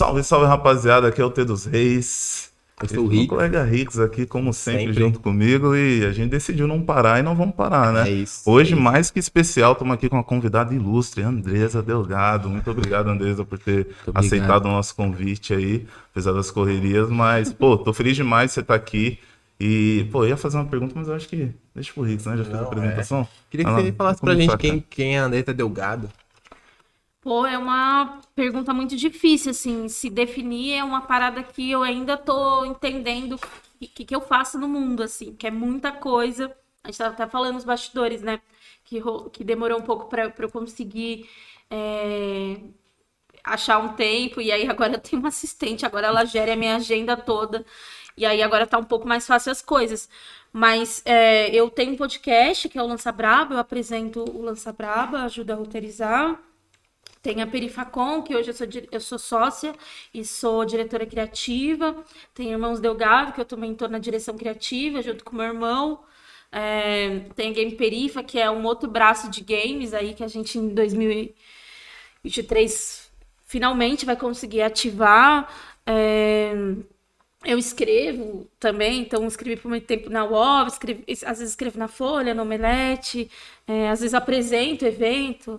Salve, salve, rapaziada. Aqui é o T dos Reis. Eu sou o Meu Rick. colega Ricks aqui, como sempre, junto comigo. E a gente decidiu não parar e não vamos parar, né? É isso. Hoje, mais que especial, estamos aqui com uma convidada ilustre, Andresa Delgado. Muito obrigado, Andresa, por ter aceitado o nosso convite aí, apesar das correrias. Mas, pô, tô feliz demais de você estar aqui. E, pô, eu ia fazer uma pergunta, mas eu acho que deixa pro Ricks, né? Já fez a apresentação. Queria que você falasse pra gente quem é a Andresa Delgado. Pô, é uma pergunta muito difícil, assim, se definir é uma parada que eu ainda tô entendendo o que eu faço no mundo, assim, que é muita coisa. A gente tava até falando nos bastidores, né, que demorou um pouco pra eu conseguir achar um tempo, e aí agora eu tenho uma assistente, agora ela gera a minha agenda toda, e aí agora tá um pouco mais fácil as coisas. Mas eu tenho um podcast, que é o Lança Braba, eu apresento o Lança Braba, ajudo a roteirizar. Tem a Perifacom, que hoje eu sou sócia e sou diretora criativa. Tem Irmãos Delgado, que eu também estou na direção criativa, junto com meu irmão. Tem a Game Perifa, que é um outro braço de games aí que a gente em 2023 finalmente vai conseguir ativar. Eu escrevo também, então escrevi por muito tempo na UOL, às vezes escrevo na Folha, no Omelete, às vezes apresento evento.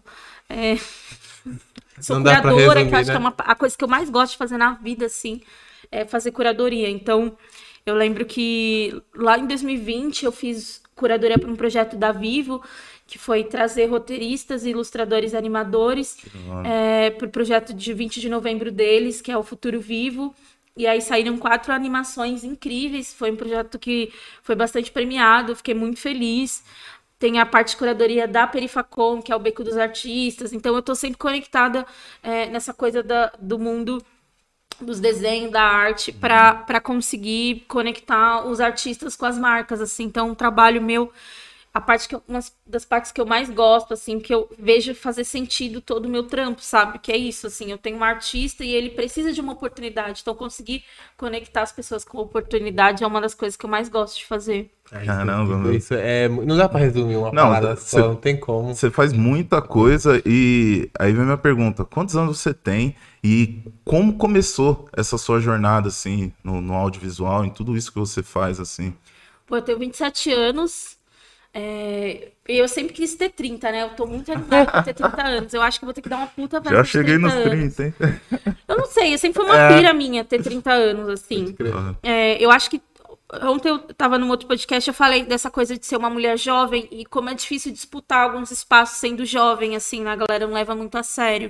Sou curadora, resumir, que eu acho que é a coisa que eu mais gosto de fazer na vida, assim, é fazer curadoria. Então, eu lembro que lá em 2020 eu fiz curadoria para um projeto da Vivo, que foi trazer roteiristas, ilustradores, animadores para o projeto de 20 de novembro deles, que é o Futuro Vivo. E aí saíram 4 animações incríveis. Foi um projeto que foi bastante premiado, fiquei muito feliz. Tem a parte de curadoria da Perifacom, que é o Beco dos Artistas. Então, eu estou sempre conectada nessa coisa do mundo dos desenhos, da arte, para conseguir conectar os artistas com as marcas, assim. Então, um trabalho meu, uma das partes que eu mais gosto, assim, que eu vejo fazer sentido todo o meu trampo, sabe? Que é isso, assim, eu tenho um artista e ele precisa de uma oportunidade. Então, conseguir conectar as pessoas com oportunidade é uma das coisas que eu mais gosto de fazer. Caramba, meu. Isso não dá pra resumir uma parada só, não tem como. Você faz muita coisa e aí vem minha pergunta, quantos anos você tem e como começou essa sua jornada, assim, no audiovisual, em tudo isso que você faz, assim? Pô, eu tenho 27 anos, eu sempre quis ter 30, né? Eu tô muito animada pra ter 30 anos, eu acho que vou ter que dar uma puta velha. Já cheguei nos 30, hein? Eu não sei, sempre foi uma pira minha ter 30 anos, assim. Eu acho que ontem eu tava num outro podcast, eu falei dessa coisa de ser uma mulher jovem e como é difícil disputar alguns espaços sendo jovem, assim, né? A galera não leva muito a sério.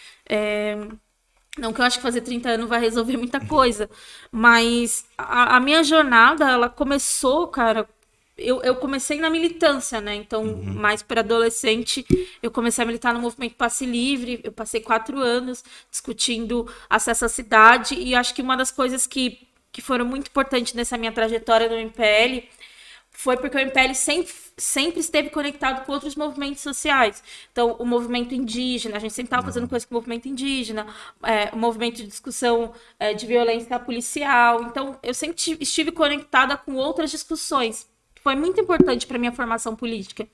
Não que eu acho que fazer 30 anos vai resolver muita coisa, mas a minha jornada, ela começou, cara, eu comecei na militância, né? Então, mais para adolescente, eu comecei a militar no movimento Passe Livre, eu passei 4 anos discutindo acesso à cidade e acho que uma das coisas que foram muito importantes nessa minha trajetória no MPL foi porque o MPL sempre esteve conectado com outros movimentos sociais. Então, o movimento indígena, a gente sempre estava fazendo coisa com o movimento indígena, o movimento de discussão de violência policial. Então, eu sempre estive conectada com outras discussões. Foi muito importante para a minha formação política.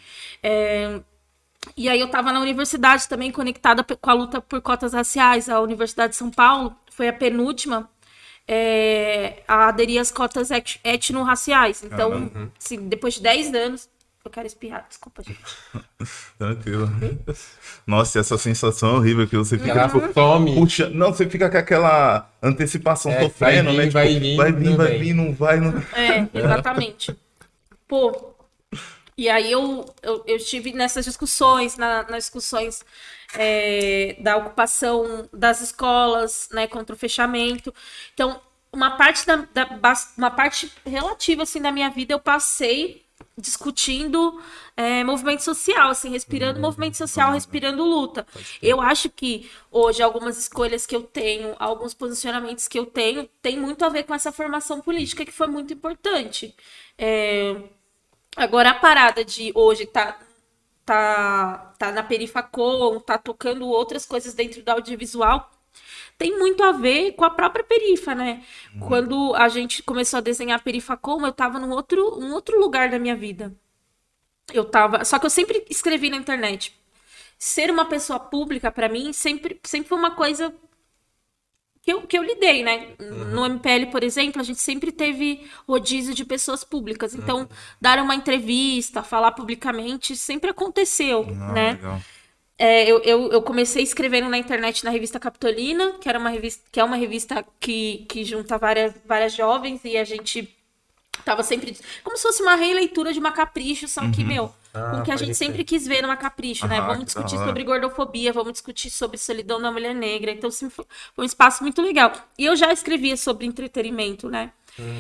E aí eu estava na universidade também conectada com a luta por cotas raciais. A Universidade de São Paulo foi a penúltima a aderir às cotas etno-raciais. Então, depois de 10 anos... Eu quero espirrar, desculpa, gente. Tranquilo. Nossa, essa sensação horrível que você fica... Tome. Puxa, não, você fica com aquela antecipação sofrendo, né? Vai vir, não vai. Exatamente. Pô, e aí eu estive nessas discussões, nas discussões da ocupação das escolas, né, contra o fechamento. Então, uma parte relativa assim da minha vida eu passei discutindo movimento social, assim, respirando movimento social, respirando luta. Eu acho que hoje algumas escolhas que eu tenho, alguns posicionamentos que eu tenho, tem muito a ver com essa formação política que foi muito importante. Agora, a parada de hoje tá na Perifacom, tá tocando outras coisas dentro do audiovisual, tem muito a ver com a própria Perifa, né? Quando a gente começou a desenhar a Perifacom, eu tava num outro lugar da minha vida. Só que eu sempre escrevi na internet. Ser uma pessoa pública, pra mim, sempre foi uma coisa que eu lidei, né? No MPL, por exemplo, a gente sempre teve rodízio de pessoas públicas. Então, dar uma entrevista, falar publicamente, sempre aconteceu, né? Legal. Eu comecei escrevendo na internet na revista Capitolina, que é uma revista que junta várias jovens, e a gente tava sempre como se fosse uma releitura de uma Capricho, só que, com o que a gente sempre quis ver numa Capricho, né? Vamos discutir sobre gordofobia, vamos discutir sobre solidão da mulher negra. Então, assim, foi um espaço muito legal. E eu já escrevia sobre entretenimento, né?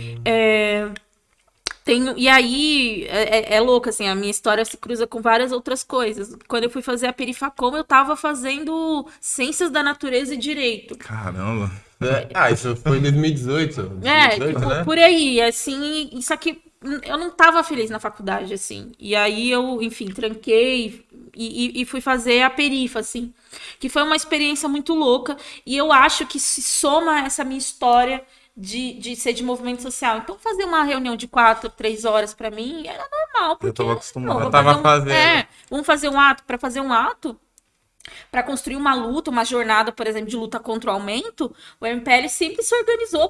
E aí, é louco, assim, a minha história se cruza com várias outras coisas. Quando eu fui fazer a Perifacom, eu tava fazendo Ciências da Natureza e Direito. Caramba! Isso foi em 2018. 2018, né? Por aí, assim, isso aqui, eu não tava feliz na faculdade, assim. E aí eu, enfim, tranquei e fui fazer a Perifa, assim. Que foi uma experiência muito louca. E eu acho que se soma essa minha história de ser de movimento social. Então, fazer uma reunião de 4, 3 horas pra mim era normal. Porque, eu tava acostumado. Eu tava fazendo. Vamos fazer um ato. Pra fazer um ato, pra construir uma luta, uma jornada, por exemplo, de luta contra o aumento, o MPL sempre se organizou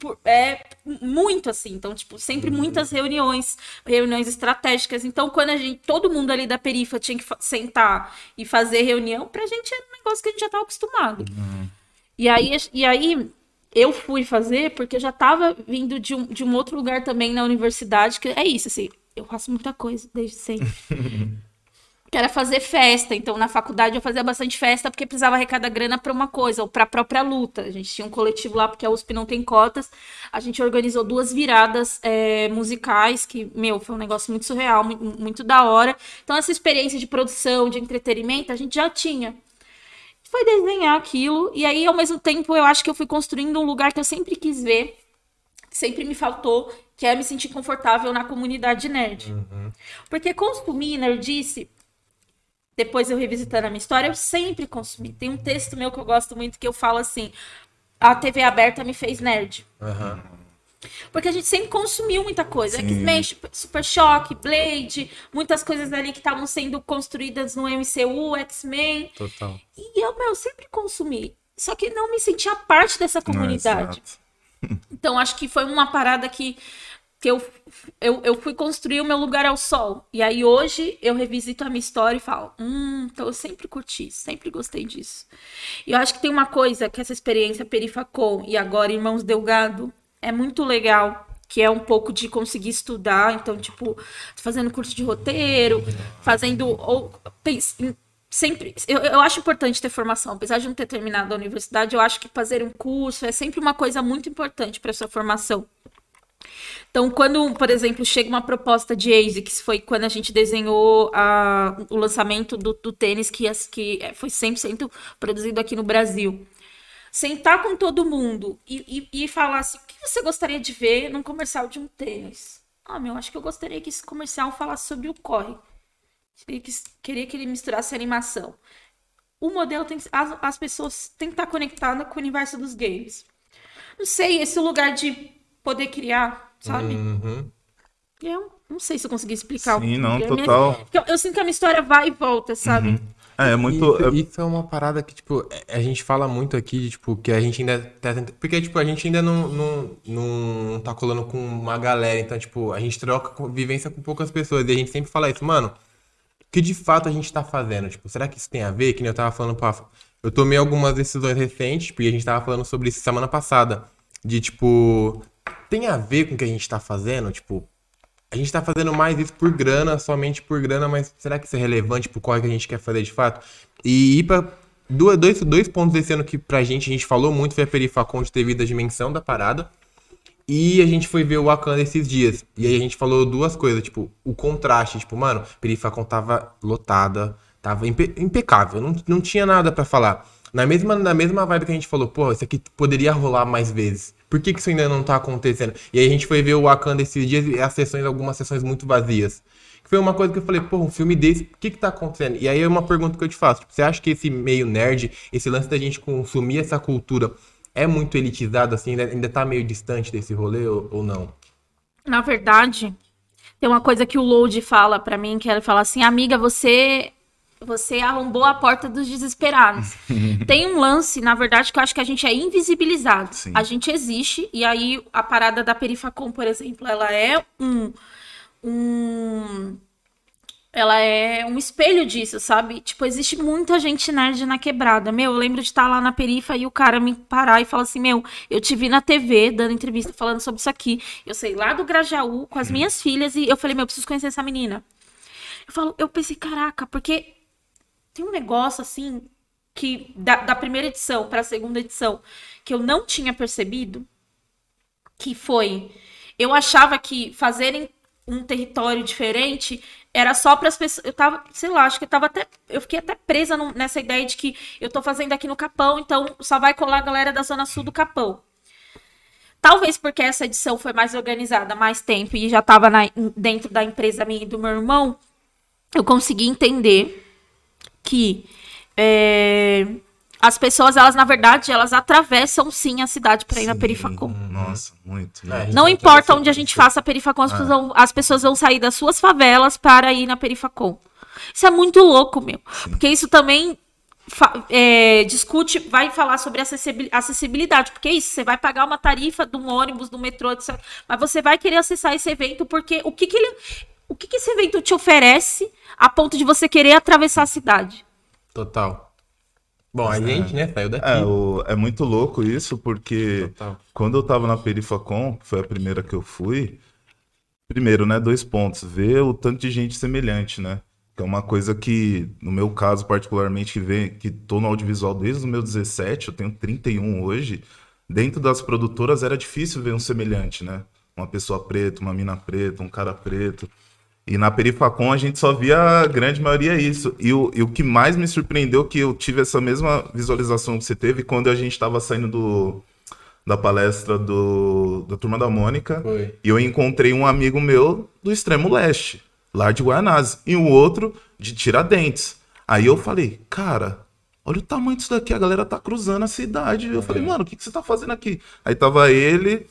muito, assim. Então, tipo, sempre muitas reuniões estratégicas. Então, quando todo mundo ali da perifa tinha que sentar e fazer reunião, pra gente era um negócio que a gente já tava acostumado. E aí eu fui fazer porque eu já tava vindo de um outro lugar também na universidade, que é isso, assim, eu faço muita coisa desde sempre. Que era fazer festa. Então, na faculdade eu fazia bastante festa porque precisava arrecadar grana para uma coisa, ou para a própria luta. A gente tinha um coletivo lá, porque a USP não tem cotas. A gente organizou 2 viradas musicais, que, foi um negócio muito surreal, muito, muito da hora. Então, essa experiência de produção, de entretenimento, a gente já tinha. Foi desenhar aquilo, e aí, ao mesmo tempo, eu acho que eu fui construindo um lugar que eu sempre quis ver, que sempre me faltou, que é me sentir confortável na comunidade nerd. Porque consumir nerdice, depois eu revisitando a minha história, eu sempre consumi. Tem um texto meu que eu gosto muito, que eu falo assim, a TV aberta me fez nerd. Porque a gente sempre consumiu muita coisa. X-Men, Super Choque, Blade, muitas coisas ali que estavam sendo construídas no MCU, X-Men. Total. E eu sempre consumi. Só que não me sentia parte dessa comunidade. Então, acho que foi uma parada que eu fui construir o meu lugar ao sol. E aí, hoje, eu revisito a minha história e falo, então eu sempre curti, sempre gostei disso. E eu acho que tem uma coisa que essa experiência Perifacom e agora Irmãos Delgado é muito legal, que é um pouco de conseguir estudar. Então, tipo, fazendo curso de roteiro, sempre, eu acho importante ter formação. Apesar de não ter terminado a universidade, eu acho que fazer um curso é sempre uma coisa muito importante para sua formação. Então, quando, por exemplo, chega uma proposta de ASICS, foi quando a gente desenhou o lançamento do tênis que foi 100% produzido aqui no Brasil. Sentar com todo mundo e falar assim, o que você gostaria de ver num comercial de um tênis? Acho que eu gostaria que esse comercial falasse sobre o corre. Queria que ele misturasse animação. O modelo as pessoas têm que estar conectadas com o universo dos games. Não sei, esse lugar de poder criar, sabe? Eu não sei se eu consegui explicar. Sim, não, total. Eu sinto que a minha história vai e volta, sabe? É muito... Isso é uma parada que, tipo, a gente fala muito aqui, de, tipo, que a gente ainda tá tentando... Porque, tipo, a gente ainda não tá colando com uma galera, então, tipo, a gente troca vivência com poucas pessoas, e a gente sempre fala isso, mano, o que de fato a gente tá fazendo? Tipo, será que isso tem a ver? Que nem eu tava falando, eu tomei algumas decisões recentes, porque a gente tava falando sobre isso semana passada, de, tipo, tem a ver com o que a gente tá fazendo? Tipo, a gente tá fazendo mais isso por grana, somente por grana, mas será que isso é relevante pro corre que a gente quer fazer de fato? E ir pra dois pontos desse ano que pra gente falou muito, foi a Perifacom de ter vindo a dimensão da parada, e a gente foi ver o Wakanda esses dias, e aí a gente falou 2 coisas, tipo, o contraste, tipo, mano, Perifacom tava lotada, tava impecável, não tinha nada pra falar. Na mesma vibe que a gente falou, pô, isso aqui poderia rolar mais vezes. Por que isso ainda não tá acontecendo? E aí a gente foi ver o Wakanda esses dias e algumas sessões muito vazias. Foi uma coisa que eu falei, pô, um filme desse, o que tá acontecendo? E aí é uma pergunta que eu te faço. Tipo, você acha que esse meio nerd, esse lance da gente consumir essa cultura, é muito elitizado, assim, ainda tá meio distante desse rolê ou não? Na verdade, tem uma coisa que o Load fala pra mim, que ele fala assim, amiga, você Você arrombou a porta dos desesperados. Tem um lance, na verdade, que eu acho que a gente é invisibilizado. Sim. A gente existe, e aí a parada da Perifacom, por exemplo, ela é ela é um espelho disso, sabe? Tipo, existe muita gente nerd na quebrada. Meu, eu lembro de estar lá na Perifa e o cara me parar e falar assim, meu, eu te vi na TV dando entrevista falando sobre isso aqui. Eu sei lá do Grajaú com as minhas filhas e eu falei, meu, eu preciso conhecer essa menina. Eu pensei, caraca, porque tem um negócio assim que da primeira edição para a segunda edição que eu não tinha percebido, que foi, eu achava que fazerem um território diferente era só para as pessoas. Eu tava, sei lá, acho que eu fiquei até presa nessa ideia de que eu tô fazendo aqui no Capão, então só vai colar a galera da Zona Sul do Capão. Talvez porque essa edição foi mais organizada há mais tempo e já tava dentro da empresa minha e do meu irmão, eu consegui entender que as pessoas, elas, na verdade, elas atravessam sim a cidade para ir na Perifacom. Nossa, muito. Não importa onde a gente faça a Perifacom, as pessoas vão sair das suas favelas para ir na Perifacom. Isso é muito louco, meu. Sim. Porque isso também vai falar sobre acessibilidade. Porque é isso, você vai pagar uma tarifa de um ônibus, do metrô, etc. Mas você vai querer acessar esse evento porque o que esse evento te oferece a ponto de você querer atravessar a cidade? Total. Bom, a gente, né, saiu daqui. É muito louco isso, porque quando eu tava na Perifacom, que foi a primeira que eu fui, primeiro, né, 2 pontos, ver o tanto de gente semelhante, né, que é uma coisa que, no meu caso particularmente, que tô no audiovisual desde os meus 17, eu tenho 31 hoje, dentro das produtoras era difícil ver um semelhante, né, uma pessoa preta, uma mina preta, um cara preto. E na Perifacom a gente só via a grande maioria isso. E o que mais me surpreendeu que eu tive essa mesma visualização que você teve quando a gente estava saindo da palestra da Turma da Mônica. Foi. E eu encontrei um amigo meu do extremo leste, lá de Guaianazes, e o outro de Tiradentes. Aí eu falei, cara, olha o tamanho disso daqui, a galera tá cruzando a cidade. Eu falei, mano, o que você tá fazendo aqui? Aí tava ele,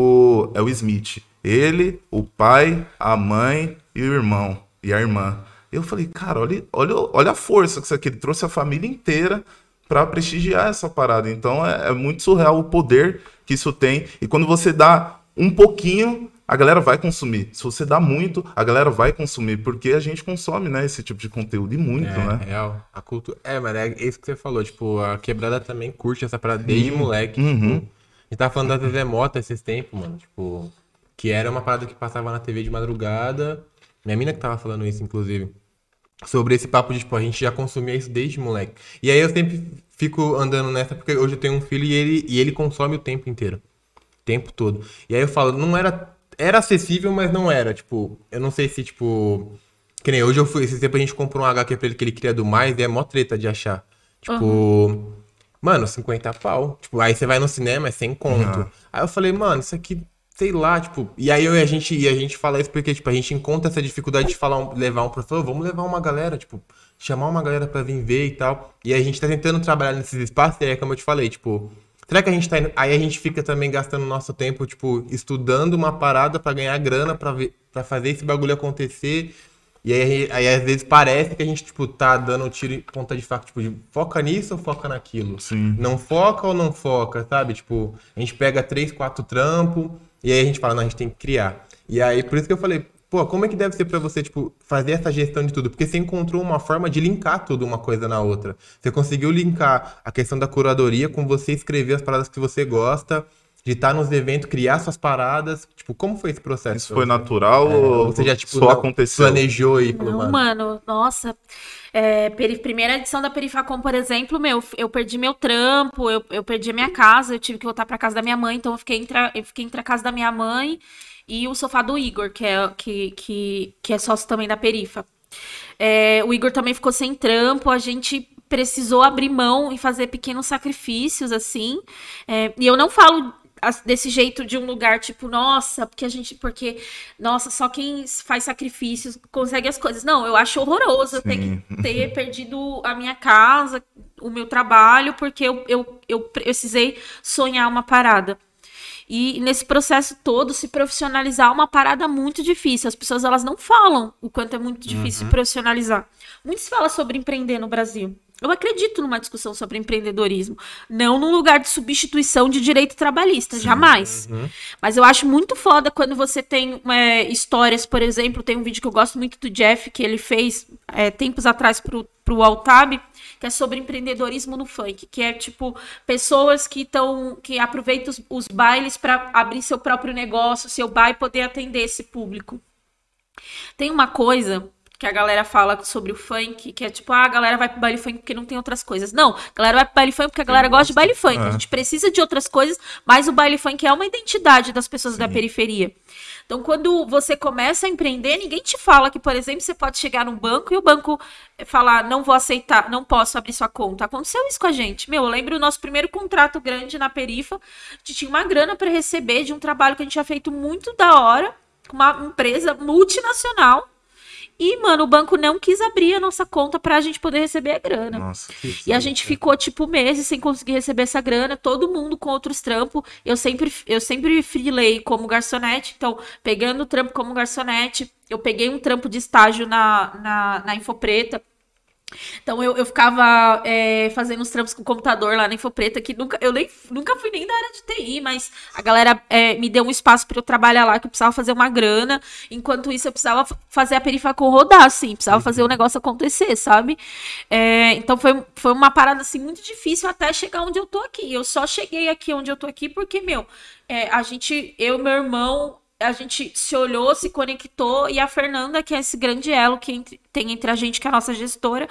o Smith. Ele, o pai, a mãe e o irmão e a irmã. Eu falei, cara, olha a força que isso aqui. Ele trouxe a família inteira para prestigiar essa parada. Então é muito surreal o poder que isso tem. E quando você dá um pouquinho, a galera vai consumir. Se você dá muito, a galera vai consumir. Porque a gente consome, né, esse tipo de conteúdo. E muito, né? É real. A cultura... mano, é isso que você falou. Tipo, a quebrada também curte essa parada desde moleque. Uhum. Tipo, a gente tava falando da TV Mota esses tempos, mano. Tipo... Que era uma parada que passava na TV de madrugada. Minha mina que tava falando isso, inclusive. Sobre esse papo de, tipo, a gente já consumia isso desde moleque. E aí eu sempre fico andando nessa, porque hoje eu tenho um filho e ele consome o tempo inteiro. O tempo todo. E aí eu falo, não era... Era acessível, mas não era. Tipo, eu não sei se, tipo... Que nem hoje eu fui... Esse tempo a gente comprou um HQ pra ele que ele queria do mais e é mó treta de achar. Tipo... Mano, 50 pau. Tipo, aí você vai no cinema, é 100 conto. Aí eu falei, mano, isso aqui... Sei lá, tipo... E aí a gente fala isso porque, tipo, a gente encontra essa dificuldade de levar um professor, vamos levar uma galera, tipo, chamar uma galera pra vir ver e tal. E a gente tá tentando trabalhar nesses espaços, e aí, como eu te falei, tipo... Será que a gente tá indo... Aí a gente fica também gastando nosso tempo, tipo, estudando uma parada pra ganhar grana, pra fazer esse bagulho acontecer. E aí às vezes parece que a gente, tipo, tá dando tiro em ponta de faca, tipo, foca nisso ou foca naquilo? Sim. Não foca ou não foca, sabe? Tipo, a gente pega 3, 4 trampos... E aí a gente fala, não, a gente tem que criar. E aí, por isso que eu falei, pô, como é que deve ser pra você, tipo, fazer essa gestão de tudo? Porque você encontrou uma forma de linkar tudo uma coisa na outra. Você conseguiu linkar a questão da curadoria com você escrever as paradas que você gosta, de estar nos eventos, criar suas paradas. Tipo, como foi esse processo? Isso foi natural ou você já, tipo, só aconteceu? Planejou e falou, não, mano, nossa... primeira edição da Perifacom, por exemplo, eu perdi meu trampo, eu perdi a minha casa, eu tive que voltar pra casa da minha mãe, então eu fiquei entre a casa da minha mãe e o sofá do Igor, que é sócio também da Perifa. O Igor também ficou sem trampo, a gente precisou abrir mão e fazer pequenos sacrifícios, assim, e eu não falo desse jeito de um lugar tipo, nossa, nossa, só quem faz sacrifícios consegue as coisas. Não, eu acho horroroso eu ter perdido a minha casa, o meu trabalho, porque eu precisei sonhar uma parada. E nesse processo todo, se profissionalizar é uma parada muito difícil. As pessoas, elas não falam o quanto é muito difícil se profissionalizar. Muito se fala sobre empreender no Brasil. Eu acredito numa discussão sobre empreendedorismo. Não num lugar de substituição de direito trabalhista, jamais. Mas eu acho muito foda quando você tem histórias, por exemplo, tem um vídeo que eu gosto muito do Jeff, que ele fez tempos atrás pro Altab, que é sobre empreendedorismo no funk, que é tipo pessoas que aproveitam os bailes para abrir seu próprio negócio, seu bar e poder atender esse público. Tem uma coisa que a galera fala sobre o funk, que é tipo, a galera vai pro baile funk porque não tem outras coisas. Não, a galera vai pro baile funk porque a galera gosta de baile funk. A gente precisa de outras coisas, mas o baile funk é uma identidade das pessoas da periferia. Então, quando você começa a empreender, ninguém te fala que, por exemplo, você pode chegar num banco e o banco falar, não vou aceitar, não posso abrir sua conta. Aconteceu isso com a gente. Eu lembro o nosso primeiro contrato grande na Perifa, a gente tinha uma grana para receber de um trabalho que a gente tinha feito muito da hora, com uma empresa multinacional. E, mano, o banco não quis abrir a nossa conta pra gente poder receber a grana. Nossa, e a gente ficou, tipo, meses sem conseguir receber essa grana, todo mundo com outros trampos. Eu sempre freelei como garçonete, então, pegando o trampo como garçonete, eu peguei um trampo de estágio na Infopreta. Então, eu ficava fazendo os trampos com o computador lá na Infopreta, que eu nunca fui nem da área de TI, mas a galera me deu um espaço para eu trabalhar lá, que eu precisava fazer uma grana. Enquanto isso, eu precisava fazer a Perifacom rodar, assim, precisava fazer o negócio acontecer, sabe? Então, foi uma parada, assim, muito difícil até chegar onde eu tô aqui. Eu só cheguei aqui onde eu tô aqui porque, eu e meu irmão, a gente se olhou, se conectou, e a Fernanda, que é esse grande elo que tem entre a gente, que é a nossa gestora,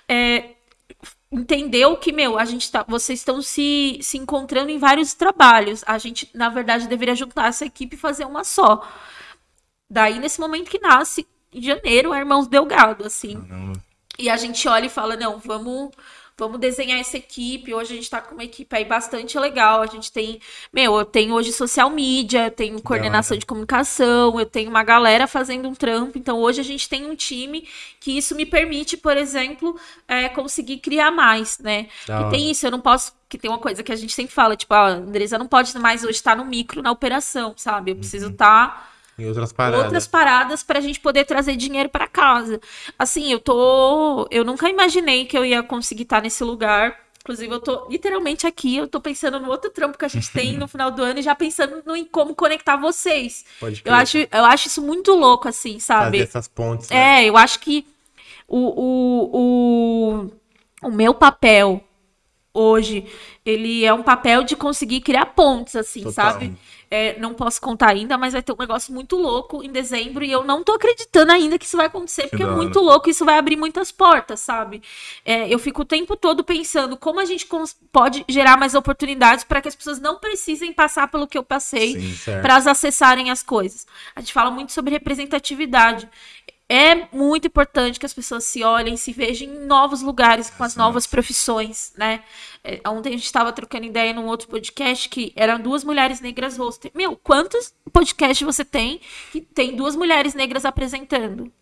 entendeu que, vocês estão se encontrando em vários trabalhos. A gente, na verdade, deveria juntar essa equipe e fazer uma só. Daí, nesse momento que nasce, em janeiro, é Irmãos Delgado, assim. Caramba. E a gente olha e fala, não, vamos desenhar essa equipe. Hoje a gente tá com uma equipe aí bastante legal. A gente tem, eu tenho hoje social media, eu tenho coordenação de comunicação, eu tenho uma galera fazendo um trampo. Então hoje a gente tem um time que isso me permite, por exemplo, conseguir criar mais, né? E tem isso, eu não posso, que tem uma coisa que a gente sempre fala, tipo, a Andressa não pode mais hoje estar no micro na operação, sabe? Eu preciso estar em outras paradas pra gente poder trazer dinheiro pra casa. Assim, eu nunca imaginei que eu ia conseguir estar nesse lugar. Inclusive, eu tô literalmente aqui, eu tô pensando no outro trampo que a gente tem no final do ano e já pensando em como conectar vocês. Pode crer. Eu acho isso muito louco, assim, sabe? Fazer essas pontes. Né? Eu acho que o meu papel hoje, ele é um papel de conseguir criar pontes, assim, Total. sabe? Não posso contar ainda, mas vai ter um negócio muito louco em dezembro e eu não tô acreditando ainda que isso vai acontecer, porque é muito louco e isso vai abrir muitas portas, sabe? Eu fico o tempo todo pensando como a gente pode gerar mais oportunidades para que as pessoas não precisem passar pelo que eu passei para elas acessarem as coisas. A gente fala muito sobre representatividade. É muito importante que as pessoas se olhem, se vejam em novos lugares, com as novas profissões, né? Ontem a gente estava trocando ideia num outro podcast que eram 2 mulheres negras hoster. Quantos podcasts você tem que tem 2 mulheres negras apresentando?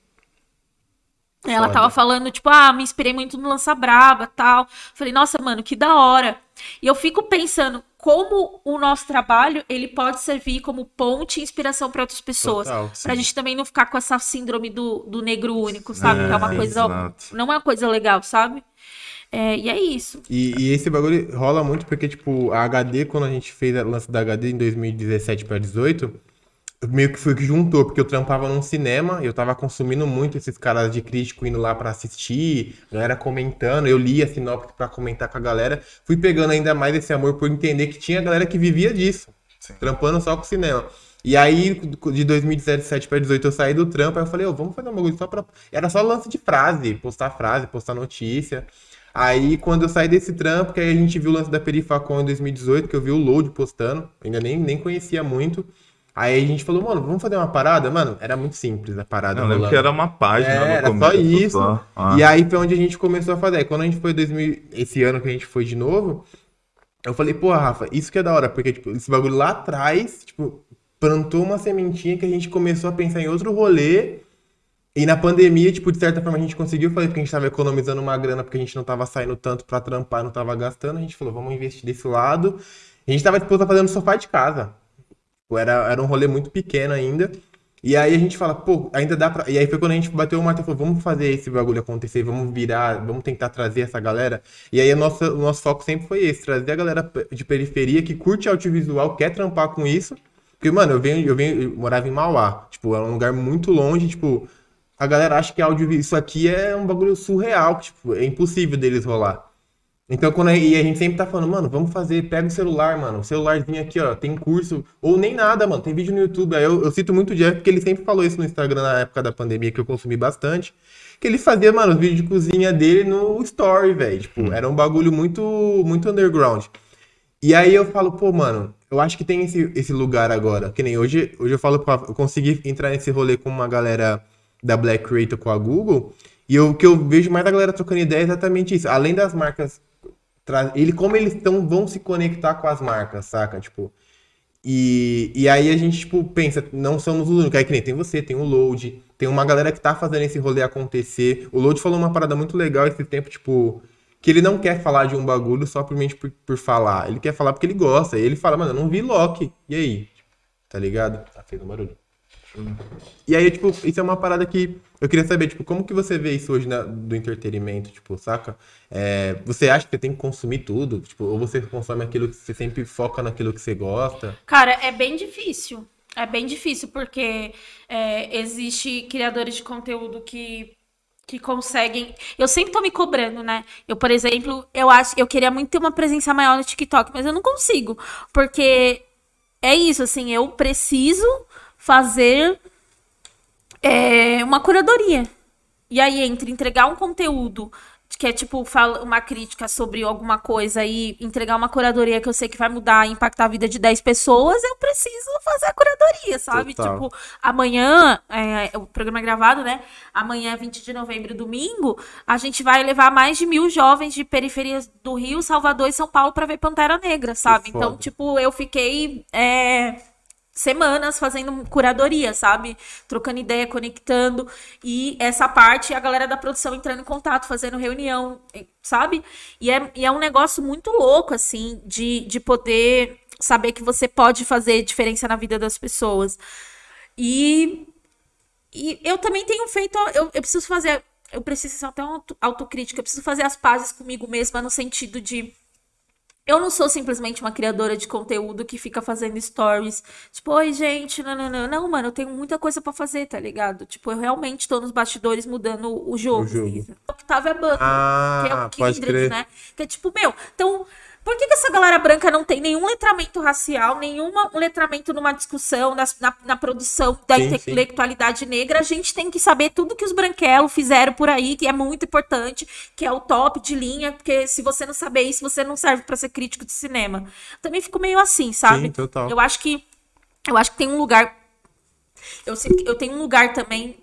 Ela tava falando, tipo, me inspirei muito no Lança Braba, tal. Falei, nossa, mano, que da hora. E eu fico pensando como o nosso trabalho, ele pode servir como ponte e inspiração para outras pessoas. Total, pra gente também não ficar com essa síndrome do negro único, sabe? Que é uma coisa, não é uma coisa legal, sabe? E é isso. E esse bagulho rola muito porque, tipo, a HD, quando a gente fez o lance da HD em 2017 para 2018, meio que foi o que juntou, porque eu trampava num cinema, eu tava consumindo muito esses caras de crítico indo lá pra assistir, galera comentando, eu lia a sinopse pra comentar com a galera, fui pegando ainda mais esse amor por entender que tinha galera que vivia disso, trampando só com cinema. E aí, de 2017 pra 2018, eu saí do trampo, aí eu falei, vamos fazer um bagulho só pra... Era só lance de frase, postar notícia. Aí, quando eu saí desse trampo, que aí a gente viu o lance da Perifacom em 2018, que eu vi o Load postando, ainda nem conhecia muito. Aí a gente falou, mano, vamos fazer uma parada? Mano, era muito simples a parada. Eu lembro que era uma página no era começo. Só isso. E aí foi onde a gente começou a fazer. Quando a gente foi esse ano que a gente foi de novo, eu falei, pô, Rafa, isso que é da hora. Porque, tipo, esse bagulho lá atrás, tipo, plantou uma sementinha que a gente começou a pensar em outro rolê. E na pandemia, tipo, de certa forma a gente conseguiu fazer, porque a gente tava economizando uma grana, porque a gente não tava saindo tanto pra trampar, não tava gastando. A gente falou, vamos investir desse lado. A gente tava disposto a fazer no sofá de casa. Era um rolê muito pequeno ainda. E aí a gente fala, pô, ainda dá pra... E aí foi quando a gente bateu o martelo e falou, vamos fazer esse bagulho acontecer, vamos virar, vamos tentar trazer essa galera. E aí o nosso foco sempre foi esse, trazer a galera de periferia que curte audiovisual, quer trampar com isso. Porque, mano, eu morava em Mauá, tipo, é um lugar muito longe, tipo, a galera acha que isso aqui é um bagulho surreal, tipo, é impossível deles rolar. Então, e a gente sempre tá falando, mano, vamos fazer, pega o celular, mano, o celularzinho aqui, ó, tem curso, ou nem nada, mano, tem vídeo no YouTube. Aí eu cito muito o Jeff, porque ele sempre falou isso no Instagram na época da pandemia, que eu consumi bastante, que ele fazia, mano, os vídeos de cozinha dele no Story, velho, tipo, era um bagulho muito, muito underground. E aí eu falo, pô, mano, eu acho que tem esse lugar agora, que nem hoje eu falo, eu consegui entrar nesse rolê com uma galera da Black Creator com a Google, e o que eu vejo mais da galera trocando ideia é exatamente isso, além das marcas como eles vão se conectar com as marcas, saca? Tipo, e aí a gente, tipo, pensa, não somos os únicos. Aí que nem tem você, tem o Load, tem uma galera que tá fazendo esse rolê acontecer. O Load falou uma parada muito legal esse tempo, tipo, que ele não quer falar de um bagulho só por falar. Ele quer falar porque ele gosta. E ele fala, mano, eu não vi Loki. E aí? Tá ligado? Tá feito um barulho. E aí, tipo, isso é uma parada que eu queria saber, tipo, como que você vê isso hoje do entretenimento, tipo, saca? Você acha que você tem que consumir tudo? Tipo, ou você consome aquilo que você sempre foca naquilo que você gosta? Cara, é bem difícil. É bem difícil, porque existe criadores de conteúdo que conseguem... Eu sempre tô me cobrando, né? Eu, por exemplo, eu queria muito ter uma presença maior no TikTok, mas eu não consigo. Porque é isso, assim, eu preciso fazer uma curadoria. E aí, entre entregar um conteúdo que é tipo uma crítica sobre alguma coisa e entregar uma curadoria que eu sei que vai mudar e impactar a vida de 10 pessoas, eu preciso fazer a curadoria, sabe? Total. Tipo, amanhã, o programa é gravado, né? Amanhã, 20 de novembro, domingo, a gente vai levar mais de 1.000 jovens de periferias do Rio, Salvador e São Paulo pra ver Pantera Negra, sabe? Então, tipo, eu fiquei... semanas fazendo curadoria, sabe? Trocando ideia, conectando. E essa parte, a galera da produção entrando em contato, fazendo reunião, sabe? E é um negócio muito louco, assim, de poder saber que você pode fazer diferença na vida das pessoas. E eu também tenho feito... Eu preciso fazer... Eu preciso ser até uma autocrítica. Eu preciso fazer as pazes comigo mesma no sentido de... Eu não sou simplesmente uma criadora de conteúdo que fica fazendo stories. Tipo, oi, gente, não, mano, eu tenho muita coisa pra fazer, tá ligado? Tipo, eu realmente tô nos bastidores mudando o jogo. O Octavia Butler, que é o Kindred, né? Que é tipo, então... Por que essa galera branca não tem nenhum letramento racial, nenhum letramento numa discussão, na produção da intelectualidade negra? A gente tem que saber tudo que os branquelos fizeram por aí, que é muito importante, que é o top de linha, porque se você não saber isso, você não serve pra ser crítico de cinema. Também fico meio assim, sabe? Sim, total. Eu acho que tem um lugar... Eu tenho um lugar também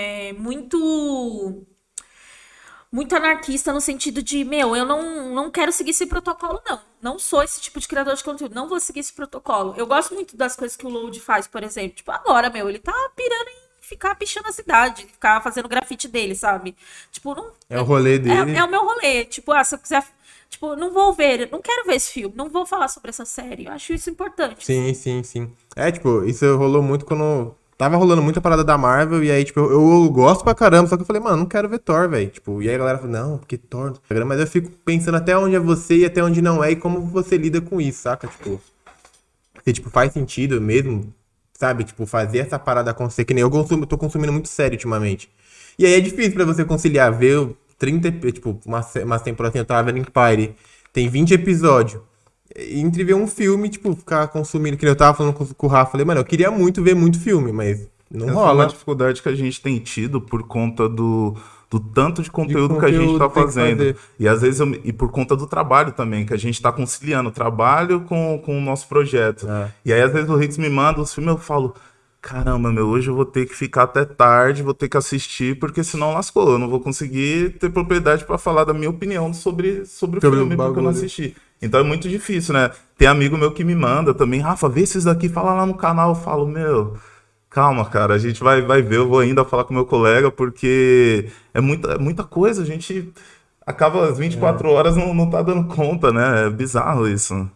muito anarquista no sentido de, eu não quero seguir esse protocolo, não. Não sou esse tipo de criador de conteúdo, não vou seguir esse protocolo. Eu gosto muito das coisas que o Load faz, por exemplo. Tipo, agora, ele tá pirando em ficar pichando a cidade, ficar fazendo grafite dele, sabe? Tipo, não... É o rolê dele. É o meu rolê. Tipo, se eu quiser... Tipo, não quero ver esse filme, não vou falar sobre essa série. Eu acho isso importante. Sim. Tipo, isso rolou muito quando... Tava rolando muita parada da Marvel, e aí, tipo, eu gosto pra caramba, só que eu falei, mano, não quero ver Thor, velho. Tipo, e aí a galera falou, não, porque Thor... Mas eu fico pensando até onde é você e até onde não é, e como você lida com isso, saca? Tipo, se, tipo, faz sentido mesmo, sabe? Tipo, fazer essa parada acontecer, que nem eu tô consumindo muito sério ultimamente. E aí é difícil pra você conciliar, ver 30, tipo, umas temporadas, eu tava vendo Empire, tem 20 episódios. Entre ver um filme, tipo, ficar consumindo, que eu tava falando com o Rafa, falei, mano, eu queria muito ver muito filme, mas não rola. É uma dificuldade que a gente tem tido por conta do tanto de conteúdo que a gente tá fazendo. E às vezes, e por conta do trabalho também, que a gente tá conciliando o trabalho com o nosso projeto. E aí, às vezes, o Higgs me manda os filmes, eu falo, caramba, hoje eu vou ter que ficar até tarde, vou ter que assistir, porque senão lascou. Eu não vou conseguir ter propriedade pra falar da minha opinião sobre o filme, porque eu não assisti. Então é muito difícil, né? Tem amigo meu que me manda também, Rafa, vê esses daqui, fala lá no canal. Eu falo, calma, cara, a gente vai ver, eu vou ainda falar com meu colega, porque é muita coisa, a gente... acaba as 24 horas, não tá dando conta, né? É bizarro isso.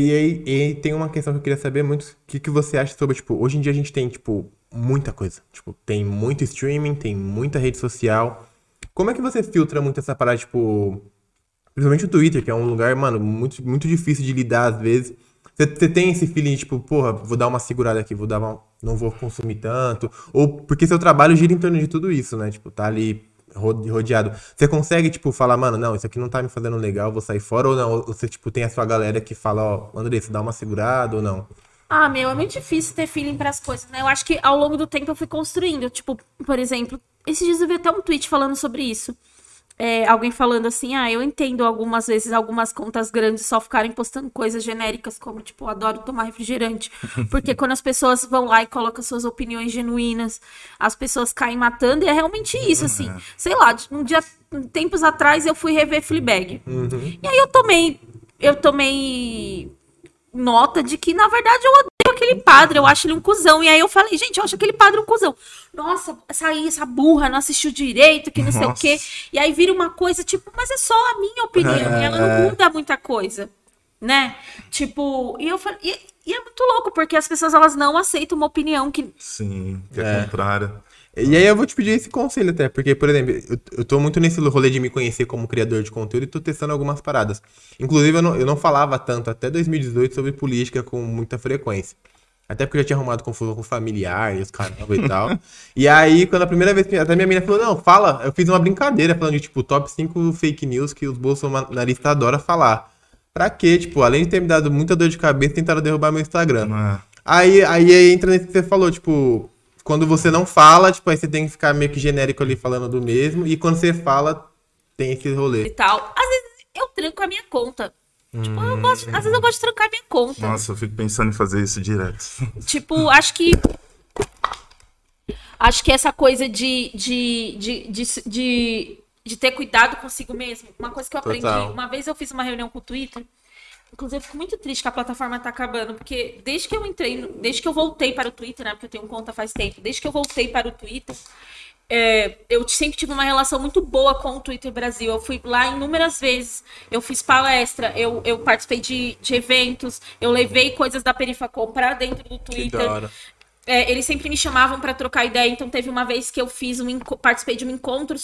E aí tem uma questão que eu queria saber muito, o que você acha sobre, tipo, hoje em dia a gente tem, tipo, muita coisa. Tipo, tem muito streaming, tem muita rede social. Como é que você filtra muito essa parada, tipo, principalmente o Twitter, que é um lugar, mano, muito, muito difícil de lidar às vezes. Você tem esse feeling, tipo, porra, vou dar uma segurada aqui, não vou consumir tanto. Ou porque seu trabalho gira em torno de tudo isso, né? Tipo, tá ali rodeado. Você consegue, tipo, falar, mano, não, isso aqui não tá me fazendo legal, vou sair fora, ou não? Ou você, tipo, tem a sua galera que fala, ó, André, você dá uma segurada ou não? Ah, meu, é muito difícil ter feeling pras coisas, né? Eu acho que ao longo do tempo eu fui construindo. Tipo, por exemplo, esses dias eu vi até um tweet falando sobre isso. Alguém falando assim, eu entendo algumas vezes algumas contas grandes só ficarem postando coisas genéricas, como, tipo, adoro tomar refrigerante. Porque quando as pessoas vão lá e colocam suas opiniões genuínas, as pessoas caem matando, e é realmente isso, assim. Sei lá, tempos atrás eu fui rever Fleabag. E aí eu tomei nota de que, na verdade, eu odeio aquele padre, eu acho ele um cuzão. E aí eu falei, gente, eu acho aquele padre um cuzão. Nossa, essa burra não assistiu direito, que não sei o quê. E aí vira uma coisa, tipo, mas é só a minha opinião, e ela não muda muita coisa, né? Tipo, e eu falei, e é muito louco, porque as pessoas, elas não aceitam uma opinião que... Sim, que é contrária. E aí eu vou te pedir esse conselho até, porque, por exemplo, eu tô muito nesse rolê de me conhecer como criador de conteúdo e tô testando algumas paradas. Inclusive, eu não falava tanto até 2018 sobre política com muita frequência. Até porque eu já tinha arrumado confusão com familiar e os caramba e tal. E aí, quando a primeira vez, até minha menina falou, não, fala, eu fiz uma brincadeira falando de, tipo, top 5 fake news que os bolsonaristas adoram falar. Pra quê? Tipo, além de ter me dado muita dor de cabeça, tentaram derrubar meu Instagram. Aí entra nesse que você falou, tipo... Quando você não fala, tipo, aí você tem que ficar meio que genérico ali falando do mesmo. E quando você fala, tem esse rolê. E tal. Às vezes eu tranco a minha conta. Tipo, às vezes eu gosto de trancar a minha conta. Nossa, eu fico pensando em fazer isso direto. Tipo, acho que essa coisa de ter cuidado consigo mesmo. Uma coisa que eu aprendi. Total. Uma vez eu fiz uma reunião com o Twitter. Inclusive, eu fico muito triste que a plataforma tá acabando, porque desde que eu voltei para o Twitter, né? Porque eu tenho conta faz tempo, desde que eu voltei para o Twitter, eu sempre tive uma relação muito boa com o Twitter Brasil. Eu fui lá inúmeras vezes, eu fiz palestra, eu participei de eventos, eu levei coisas da Perifacom para dentro do Twitter. Que da hora. Eles sempre me chamavam para trocar ideia, então teve uma vez que eu participei de um encontro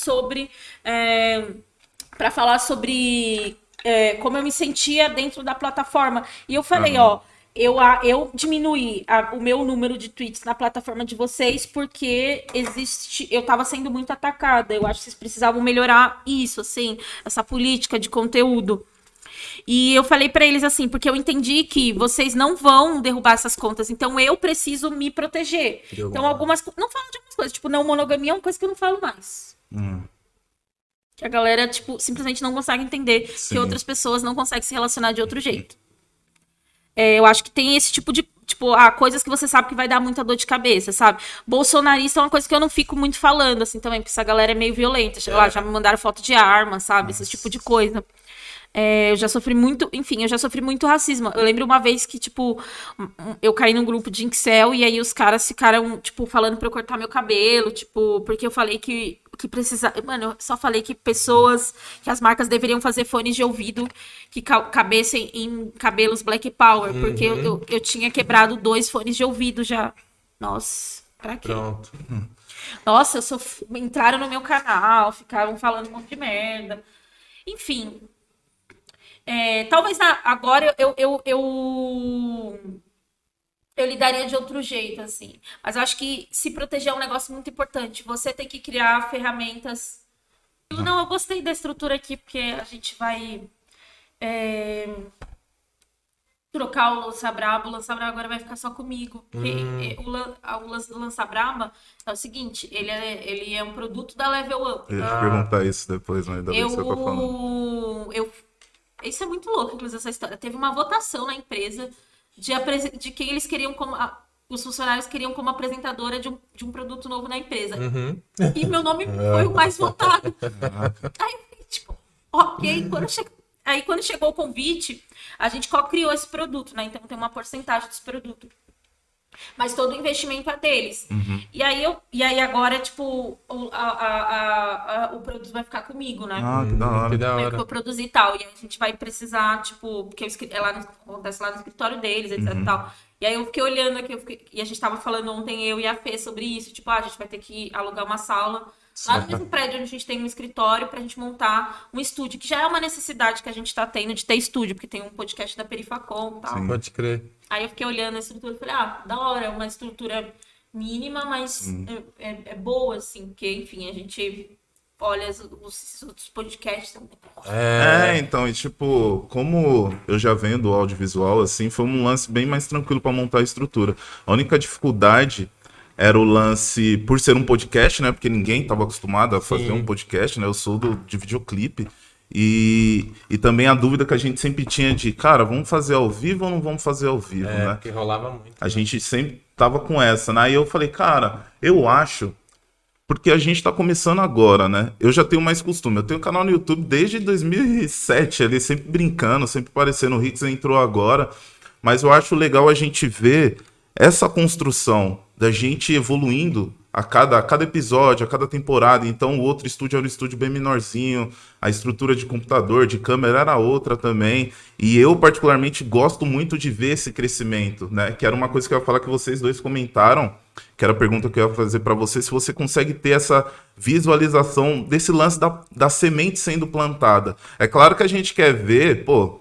para falar sobre como eu me sentia dentro da plataforma. E eu falei, eu diminuí o meu número de tweets na plataforma de vocês porque eu tava sendo muito atacada. Eu acho que vocês precisavam melhorar isso, assim, essa política de conteúdo. E eu falei pra eles assim, porque eu entendi que vocês não vão derrubar essas contas, então eu preciso me proteger. Então não falo de algumas coisas, tipo, não monogamia é uma coisa que eu não falo mais. Que a galera, tipo, simplesmente não consegue entender que outras pessoas não conseguem se relacionar de outro jeito. Eu acho que tem esse tipo de... Tipo, coisas que você sabe que vai dar muita dor de cabeça, sabe? Bolsonarista é uma coisa que eu não fico muito falando, assim, também, porque essa galera é meio violenta. Já me mandaram foto de arma, sabe? Esse tipo de coisa. Eu já sofri muito racismo. Eu lembro uma vez que, tipo, eu caí num grupo de incel e aí os caras ficaram, tipo, falando pra eu cortar meu cabelo, tipo, porque eu falei que precisava... Mano, eu só falei que as marcas deveriam fazer fones de ouvido que cabessem em cabelos Black Power, porque eu tinha quebrado 2 fones de ouvido já. Nossa, pra quê? Pronto. Nossa, entraram no meu canal, ficaram falando um monte de merda. Enfim... talvez agora eu lidaria de outro jeito, assim. Mas eu acho que se proteger é um negócio muito importante. Você tem que criar ferramentas. Eu gostei da estrutura aqui, porque a gente vai trocar o Lança Braba. O Lança Braba agora vai ficar só comigo. Porque o lance do Lança Braba é o seguinte, ele é um produto da Level Up. Eu ia te perguntar isso depois, mas ainda bem que você tá falando. Isso é muito louco, inclusive, essa história. Teve uma votação na empresa de quem eles queriam como... os funcionários queriam como apresentadora de um produto novo na empresa. E meu nome foi o mais votado. Aí eu fiquei, tipo, ok. Quando chegou o convite, a gente co-criou esse produto, né? Então tem uma porcentagem desse produto. Mas todo o investimento é deles. E aí agora, tipo, o produto vai ficar comigo, né? Ah, que da hora. Que da Eu hora. vou produzir e tal. E aí a gente vai precisar, tipo, porque acontece lá no escritório deles, etc e tal. E aí eu fiquei olhando aqui, e a gente tava falando ontem, eu e a Fê, sobre isso. Tipo, a gente vai ter que alugar uma sala lá no mesmo prédio onde a gente tem um escritório pra gente montar um estúdio, que já é uma necessidade que a gente tá tendo de ter estúdio, porque tem um podcast da Perifacom e tal. Sim. Pode crer. Aí eu fiquei olhando a estrutura e falei, da hora, é uma estrutura mínima, mas é boa, assim, porque, enfim, a gente olha os outros podcasts também. Então, e tipo, como eu já venho do audiovisual, assim, foi um lance bem mais tranquilo para montar a estrutura. A única dificuldade era o lance, por ser um podcast, né, porque ninguém estava acostumado a fazer um podcast, né, eu sou de videoclipe, e também a dúvida que a gente sempre tinha de, cara, vamos fazer ao vivo ou não vamos fazer ao vivo, né? Porque rolava muito. A gente sempre tava com essa, né? Aí eu falei, cara, eu acho, porque a gente tá começando agora, né? Eu já tenho mais costume, eu tenho um canal no YouTube desde 2007, ali, sempre brincando, sempre aparecendo, o Hicks entrou agora, mas eu acho legal a gente ver essa construção da gente evoluindo a cada episódio, a cada temporada. Então o outro estúdio era um estúdio bem menorzinho, a estrutura de computador, de câmera era outra também. E eu particularmente gosto muito de ver esse crescimento, né? Que era uma coisa que eu ia falar que vocês dois comentaram, que era a pergunta que eu ia fazer para você, se você consegue ter essa visualização desse lance da semente sendo plantada. É claro que a gente quer ver,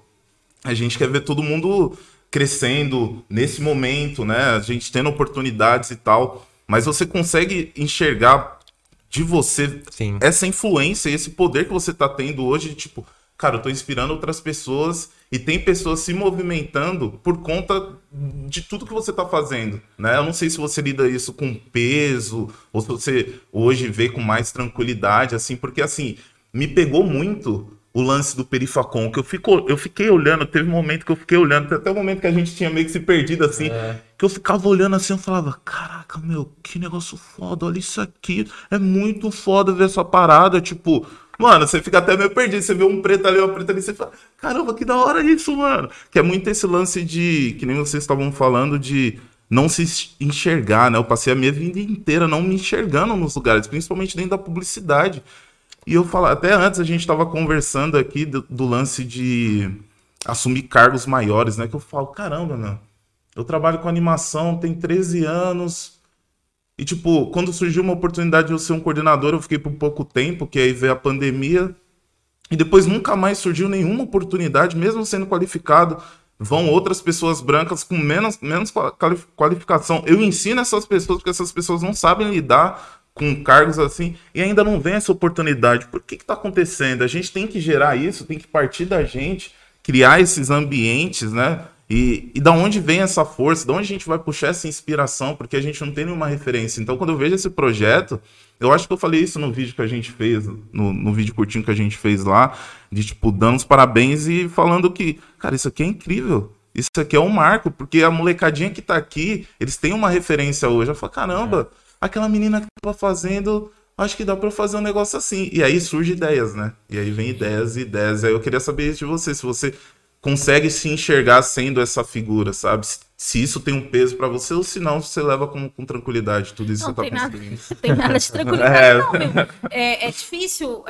a gente quer ver todo mundo crescendo nesse momento, né? A gente tendo oportunidades e tal. Mas você consegue enxergar de você essa influência, esse poder que você tá tendo hoje, de tipo, cara, eu tô inspirando outras pessoas e tem pessoas se movimentando por conta de tudo que você tá fazendo, né? Eu não sei se você lida isso com peso ou se você hoje vê com mais tranquilidade, assim, porque assim, me pegou muito o lance do Perifacom, que eu fiquei olhando, teve um momento que eu fiquei olhando, até o momento que a gente tinha meio que se perdido, assim, que eu ficava olhando assim, eu falava, caraca, meu, que negócio foda, olha isso aqui, é muito foda ver essa parada, tipo, mano, você fica até meio perdido, você vê um preto ali, uma preta ali, você fala, caramba, que da hora isso, mano, que é muito esse lance de, que nem vocês estavam falando, de não se enxergar, né, eu passei a minha vida inteira não me enxergando nos lugares, principalmente dentro da publicidade. E eu falo, até antes a gente estava conversando aqui do lance de assumir cargos maiores, né? Que eu falo, caramba, meu, eu trabalho com animação, tem 13 anos. E, tipo, quando surgiu uma oportunidade de eu ser um coordenador, eu fiquei por pouco tempo, que aí veio a pandemia. E depois nunca mais surgiu nenhuma oportunidade, mesmo sendo qualificado. Vão outras pessoas brancas com menos qualificação. Eu ensino essas pessoas, porque essas pessoas não sabem lidar com cargos assim, e ainda não vem essa oportunidade. Por que está acontecendo? A gente tem que gerar isso, tem que partir da gente, criar esses ambientes, né? E da onde vem essa força? De onde a gente vai puxar essa inspiração? Porque a gente não tem nenhuma referência. Então, quando eu vejo esse projeto, eu acho que eu falei isso no vídeo que a gente fez, no vídeo curtinho que a gente fez lá, de, tipo, dando os parabéns e falando que, cara, isso aqui é incrível. Isso aqui é um marco, porque a molecadinha que tá aqui, eles têm uma referência hoje. Eu falo, caramba, aquela menina que tava fazendo, acho que dá pra fazer um negócio assim. E aí surgem ideias, né? E aí vem ideias e ideias. Aí eu queria saber isso de você, se você consegue se enxergar sendo essa figura, sabe? Se isso tem um peso pra você, ou se não, você leva com tranquilidade tudo isso não, que você tá construindo. Não tem nada de tranquilidade, não, meu. É difícil.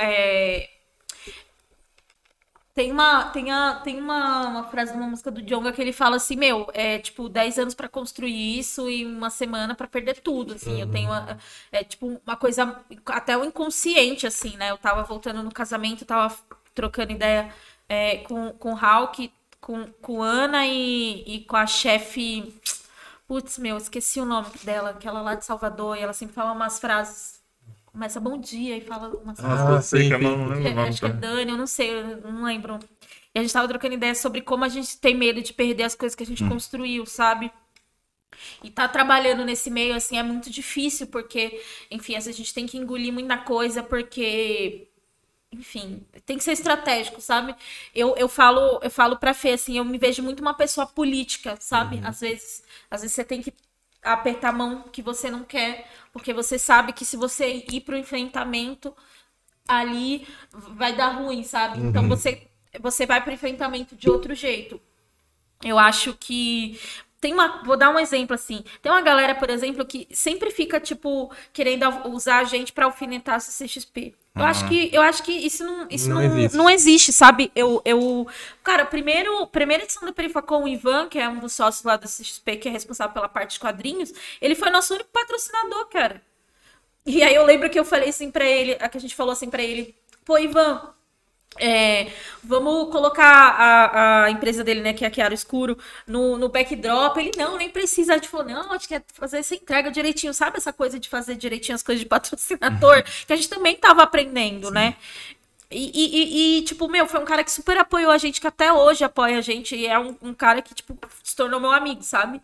Tem uma frase de uma música do Djonga que ele fala assim, meu, tipo 10 anos pra construir isso e uma semana pra perder tudo, assim. Eu tenho tipo uma coisa até o inconsciente, assim, né? Eu tava voltando no casamento, tava trocando ideia com o Hulk, com Ana e com a chefe, putz, meu, esqueci o nome dela, aquela lá de Salvador, e ela sempre fala umas frases. Começa bom dia e fala umas coisas. Sei que eu não lembro. Acho que é Dani, eu não sei, eu não lembro. E a gente tava trocando ideia sobre como a gente tem medo de perder as coisas que a gente construiu, sabe? E tá trabalhando nesse meio, assim, é muito difícil, porque, enfim, às vezes a gente tem que engolir muita coisa, porque, enfim, tem que ser estratégico, sabe? Eu falo pra Fê, assim, eu me vejo muito uma pessoa política, sabe? Às vezes você tem que apertar a mão que você não quer, porque você sabe que se você ir pro enfrentamento ali vai dar ruim, sabe? Então você vai pro enfrentamento de outro jeito. Eu acho que Vou dar um exemplo, assim. Tem uma galera, por exemplo, que sempre fica, tipo, querendo usar a gente pra alfinetar a CCXP. Eu acho que isso não existe, sabe? Cara, primeira edição da Perifacom, o Ivan, que é um dos sócios lá da CXP, que é responsável pela parte de quadrinhos, ele foi nosso único patrocinador, cara. E aí eu lembro que eu falei assim pra ele, que a gente falou assim pra ele, pô, Ivan, vamos colocar a empresa dele, né, que é a Chiaro Escuro, no backdrop. Ele, não, nem precisa. A gente falou, não, a gente quer fazer essa entrega direitinho. Sabe essa coisa de fazer direitinho as coisas de patrocinador? Que a gente também tava aprendendo, né? Tipo, foi um cara que super apoiou a gente, que até hoje apoia a gente. E é um cara que, tipo, se tornou meu amigo, sabe?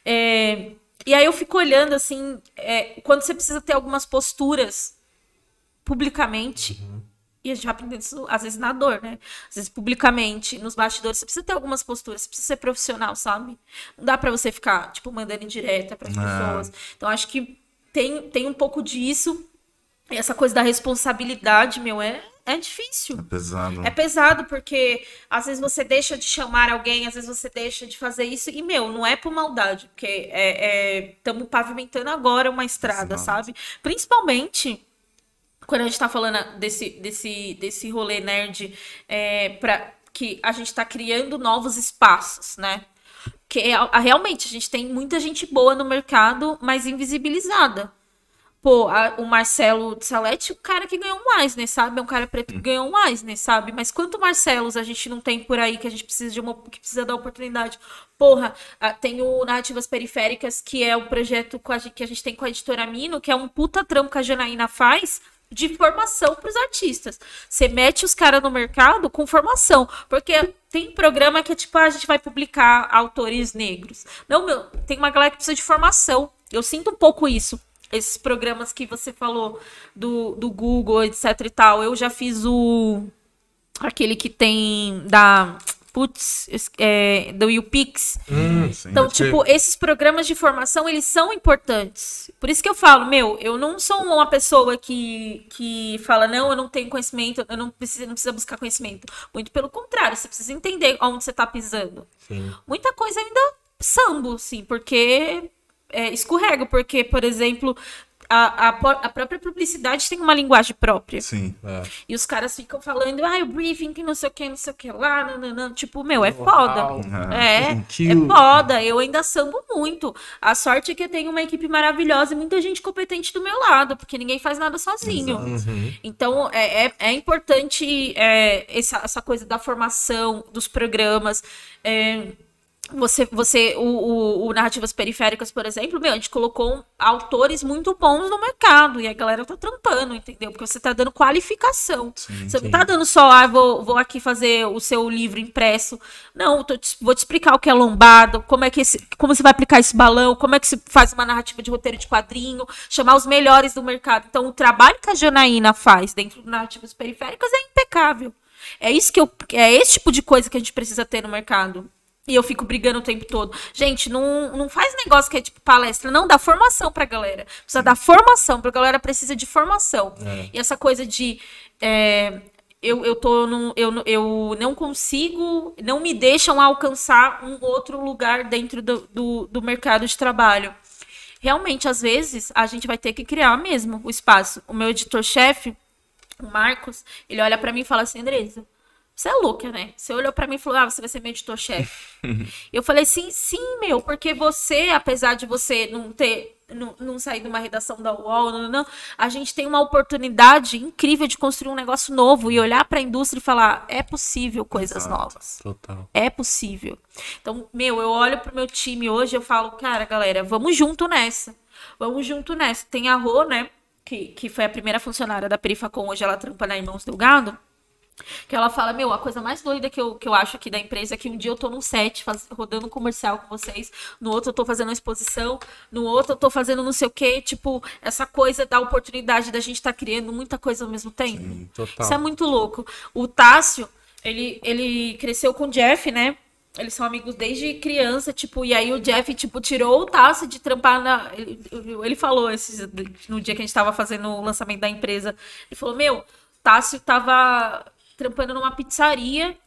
E aí eu fico olhando, assim, quando você precisa ter algumas posturas publicamente... E a gente vai aprendendo isso, às vezes, na dor, né? Às vezes, publicamente, nos bastidores, você precisa ter algumas posturas, você precisa ser profissional, sabe? Não dá pra você ficar, tipo, mandando indireta pras pessoas. Então, acho que tem um pouco disso. E essa coisa da responsabilidade, é difícil. É pesado. É pesado, porque às vezes você deixa de chamar alguém, às vezes você deixa de fazer isso. E, não é por maldade, porque estamos pavimentando agora uma estrada, sabe? Principalmente... Quando a gente tá falando desse rolê nerd, que a gente tá criando novos espaços, né? Que realmente a gente tem muita gente boa no mercado, mas invisibilizada. Pô, o Marcelo de Salete, o cara que ganhou mais, né, sabe? É um cara preto que ganhou mais, né, sabe? Mas quanto Marcelos a gente não tem por aí que a gente precisa que precisa dar oportunidade? Porra, tem o Narrativas Periféricas, que é o projeto que a gente tem com a Editora Mino, que é um puta trampo que a Janaína faz, de formação para os artistas. Você mete os caras no mercado com formação. Porque tem programa que é tipo, a gente vai publicar autores negros. Não, tem uma galera que precisa de formação. Eu sinto um pouco isso. Esses programas que você falou do Google, etc e tal. Eu já fiz aquele que tem do UPix. Então, tipo, esses programas de formação, eles são importantes. Por isso que eu falo, eu não sou uma pessoa que fala, não, eu não tenho conhecimento, eu não precisa buscar conhecimento. Muito pelo contrário, você precisa entender onde você tá pisando. Sim. Muita coisa ainda sambo, assim, porque escorrega, porque, por exemplo... A própria publicidade tem uma linguagem própria. Sim. E os caras ficam falando, o briefing, que não sei o que lá, não. Tipo, é foda. É foda. Eu ainda sambo muito. A sorte é que eu tenho uma equipe maravilhosa e muita gente competente do meu lado, porque ninguém faz nada sozinho. Então, é importante essa coisa da formação, dos programas. O Narrativas Periféricas, por exemplo, a gente colocou autores muito bons no mercado e a galera tá trampando, entendeu? Porque você tá dando qualificação. Você não tá dando só, vou aqui fazer o seu livro impresso. Não, vou te explicar o que é lombado, como você vai aplicar esse balão, como é que se faz uma narrativa de roteiro de quadrinho, chamar os melhores do mercado. Então, o trabalho que a Janaína faz dentro do Narrativas Periféricas é impecável. É esse tipo de coisa que a gente precisa ter no mercado. E eu fico brigando o tempo todo. Gente, não faz negócio que é tipo palestra. Não, dá formação pra galera. Precisa dar formação. A galera precisa de formação. E essa coisa de... eu não consigo... Não me deixam alcançar um outro lugar dentro do mercado de trabalho. Realmente, às vezes, a gente vai ter que criar mesmo o espaço. O meu editor-chefe, o Marcos, ele olha pra mim e fala assim, Andresa... Você é louca, né? Você olhou pra mim e falou, você vai ser meu editor-chefe. Eu falei, sim, porque você, apesar de você não sair de uma redação da UOL, a gente tem uma oportunidade incrível de construir um negócio novo e olhar pra indústria e falar, é possível coisas novas. Total. É possível. Então, eu olho pro meu time hoje e eu falo, cara, galera, vamos junto nessa. Tem a Rô, né, que foi a primeira funcionária da Perifacom, hoje ela trampa na Irmãos Delgado. Que ela fala, a coisa mais doida que eu acho aqui da empresa é que um dia eu tô num set rodando um comercial com vocês, no outro eu tô fazendo uma exposição, no outro eu tô fazendo não sei o quê, tipo, essa coisa da oportunidade da gente tá criando muita coisa ao mesmo tempo. Sim, total. Isso é muito louco. O Tássio, ele cresceu com o Jeff, né? Eles são amigos desde criança, tipo, e aí o Jeff, tipo, tirou o Tássio de trampar ele falou no dia que a gente tava fazendo o lançamento da empresa, ele falou, Tássio tava trampando numa pizzaria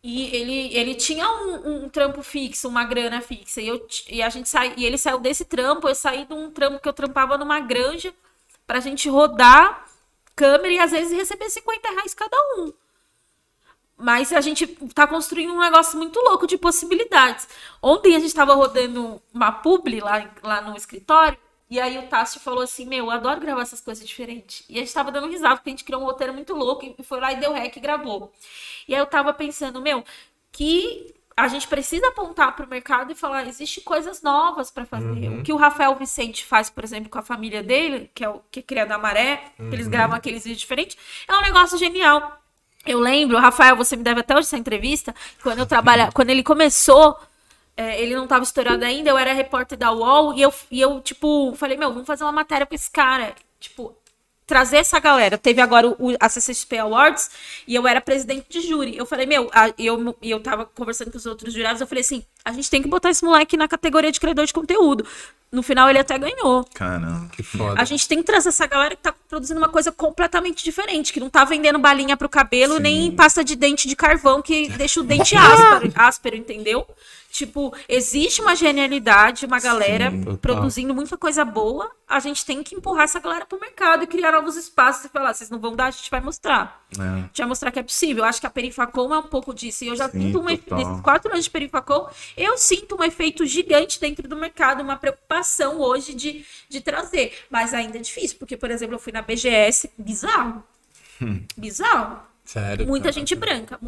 E ele tinha um trampo fixo, uma grana fixa. E a gente e ele saiu desse trampo, eu saí de um trampo que eu trampava numa granja pra gente rodar câmera e às vezes receber R$50 cada um. Mas a gente tá construindo um negócio muito louco de possibilidades. Ontem a gente tava rodando uma publi lá no escritório, e aí o Tássio falou assim, eu adoro gravar essas coisas diferentes. E a gente tava dando risada, porque a gente criou um roteiro muito louco, e foi lá e deu rec e gravou. E aí eu tava pensando, que a gente precisa apontar pro mercado e falar, existe coisas novas para fazer. O que o Rafael Vicente faz, por exemplo, com a família dele, que é Cria da Maré, que eles gravam aqueles vídeos diferentes, é um negócio genial. Eu lembro, Rafael, você me deve até hoje essa entrevista, quando ele começou, ele não estava estourado ainda, eu era repórter da UOL, e eu tipo, falei, vamos fazer uma matéria com esse cara, tipo, trazer essa galera. Teve agora a CCXP Awards, e eu era presidente de júri. Eu falei, eu tava conversando com os outros jurados, eu falei assim, a gente tem que botar esse moleque na categoria de criador de conteúdo. No final, ele até ganhou. Caramba, que foda. A gente tem que trazer essa galera que tá produzindo uma coisa completamente diferente, que não tá vendendo balinha pro cabelo, nem pasta de dente de carvão que deixa o dente áspero, entendeu? Tipo, existe uma genialidade, uma galera produzindo muita coisa boa. A gente tem que empurrar essa galera pro mercado e criar novos espaços e falar, vocês não vão dar, a gente vai mostrar. A gente vai mostrar que é possível. Eu acho que a Perifacom é um pouco disso. E eu já sinto nesses 4 anos de Perifacom, eu sinto um efeito gigante dentro do mercado, uma preocupação hoje de trazer. Mas ainda é difícil, porque, por exemplo, eu fui na BGS, bizarro. Bizarro. Sério? Muita gente branca.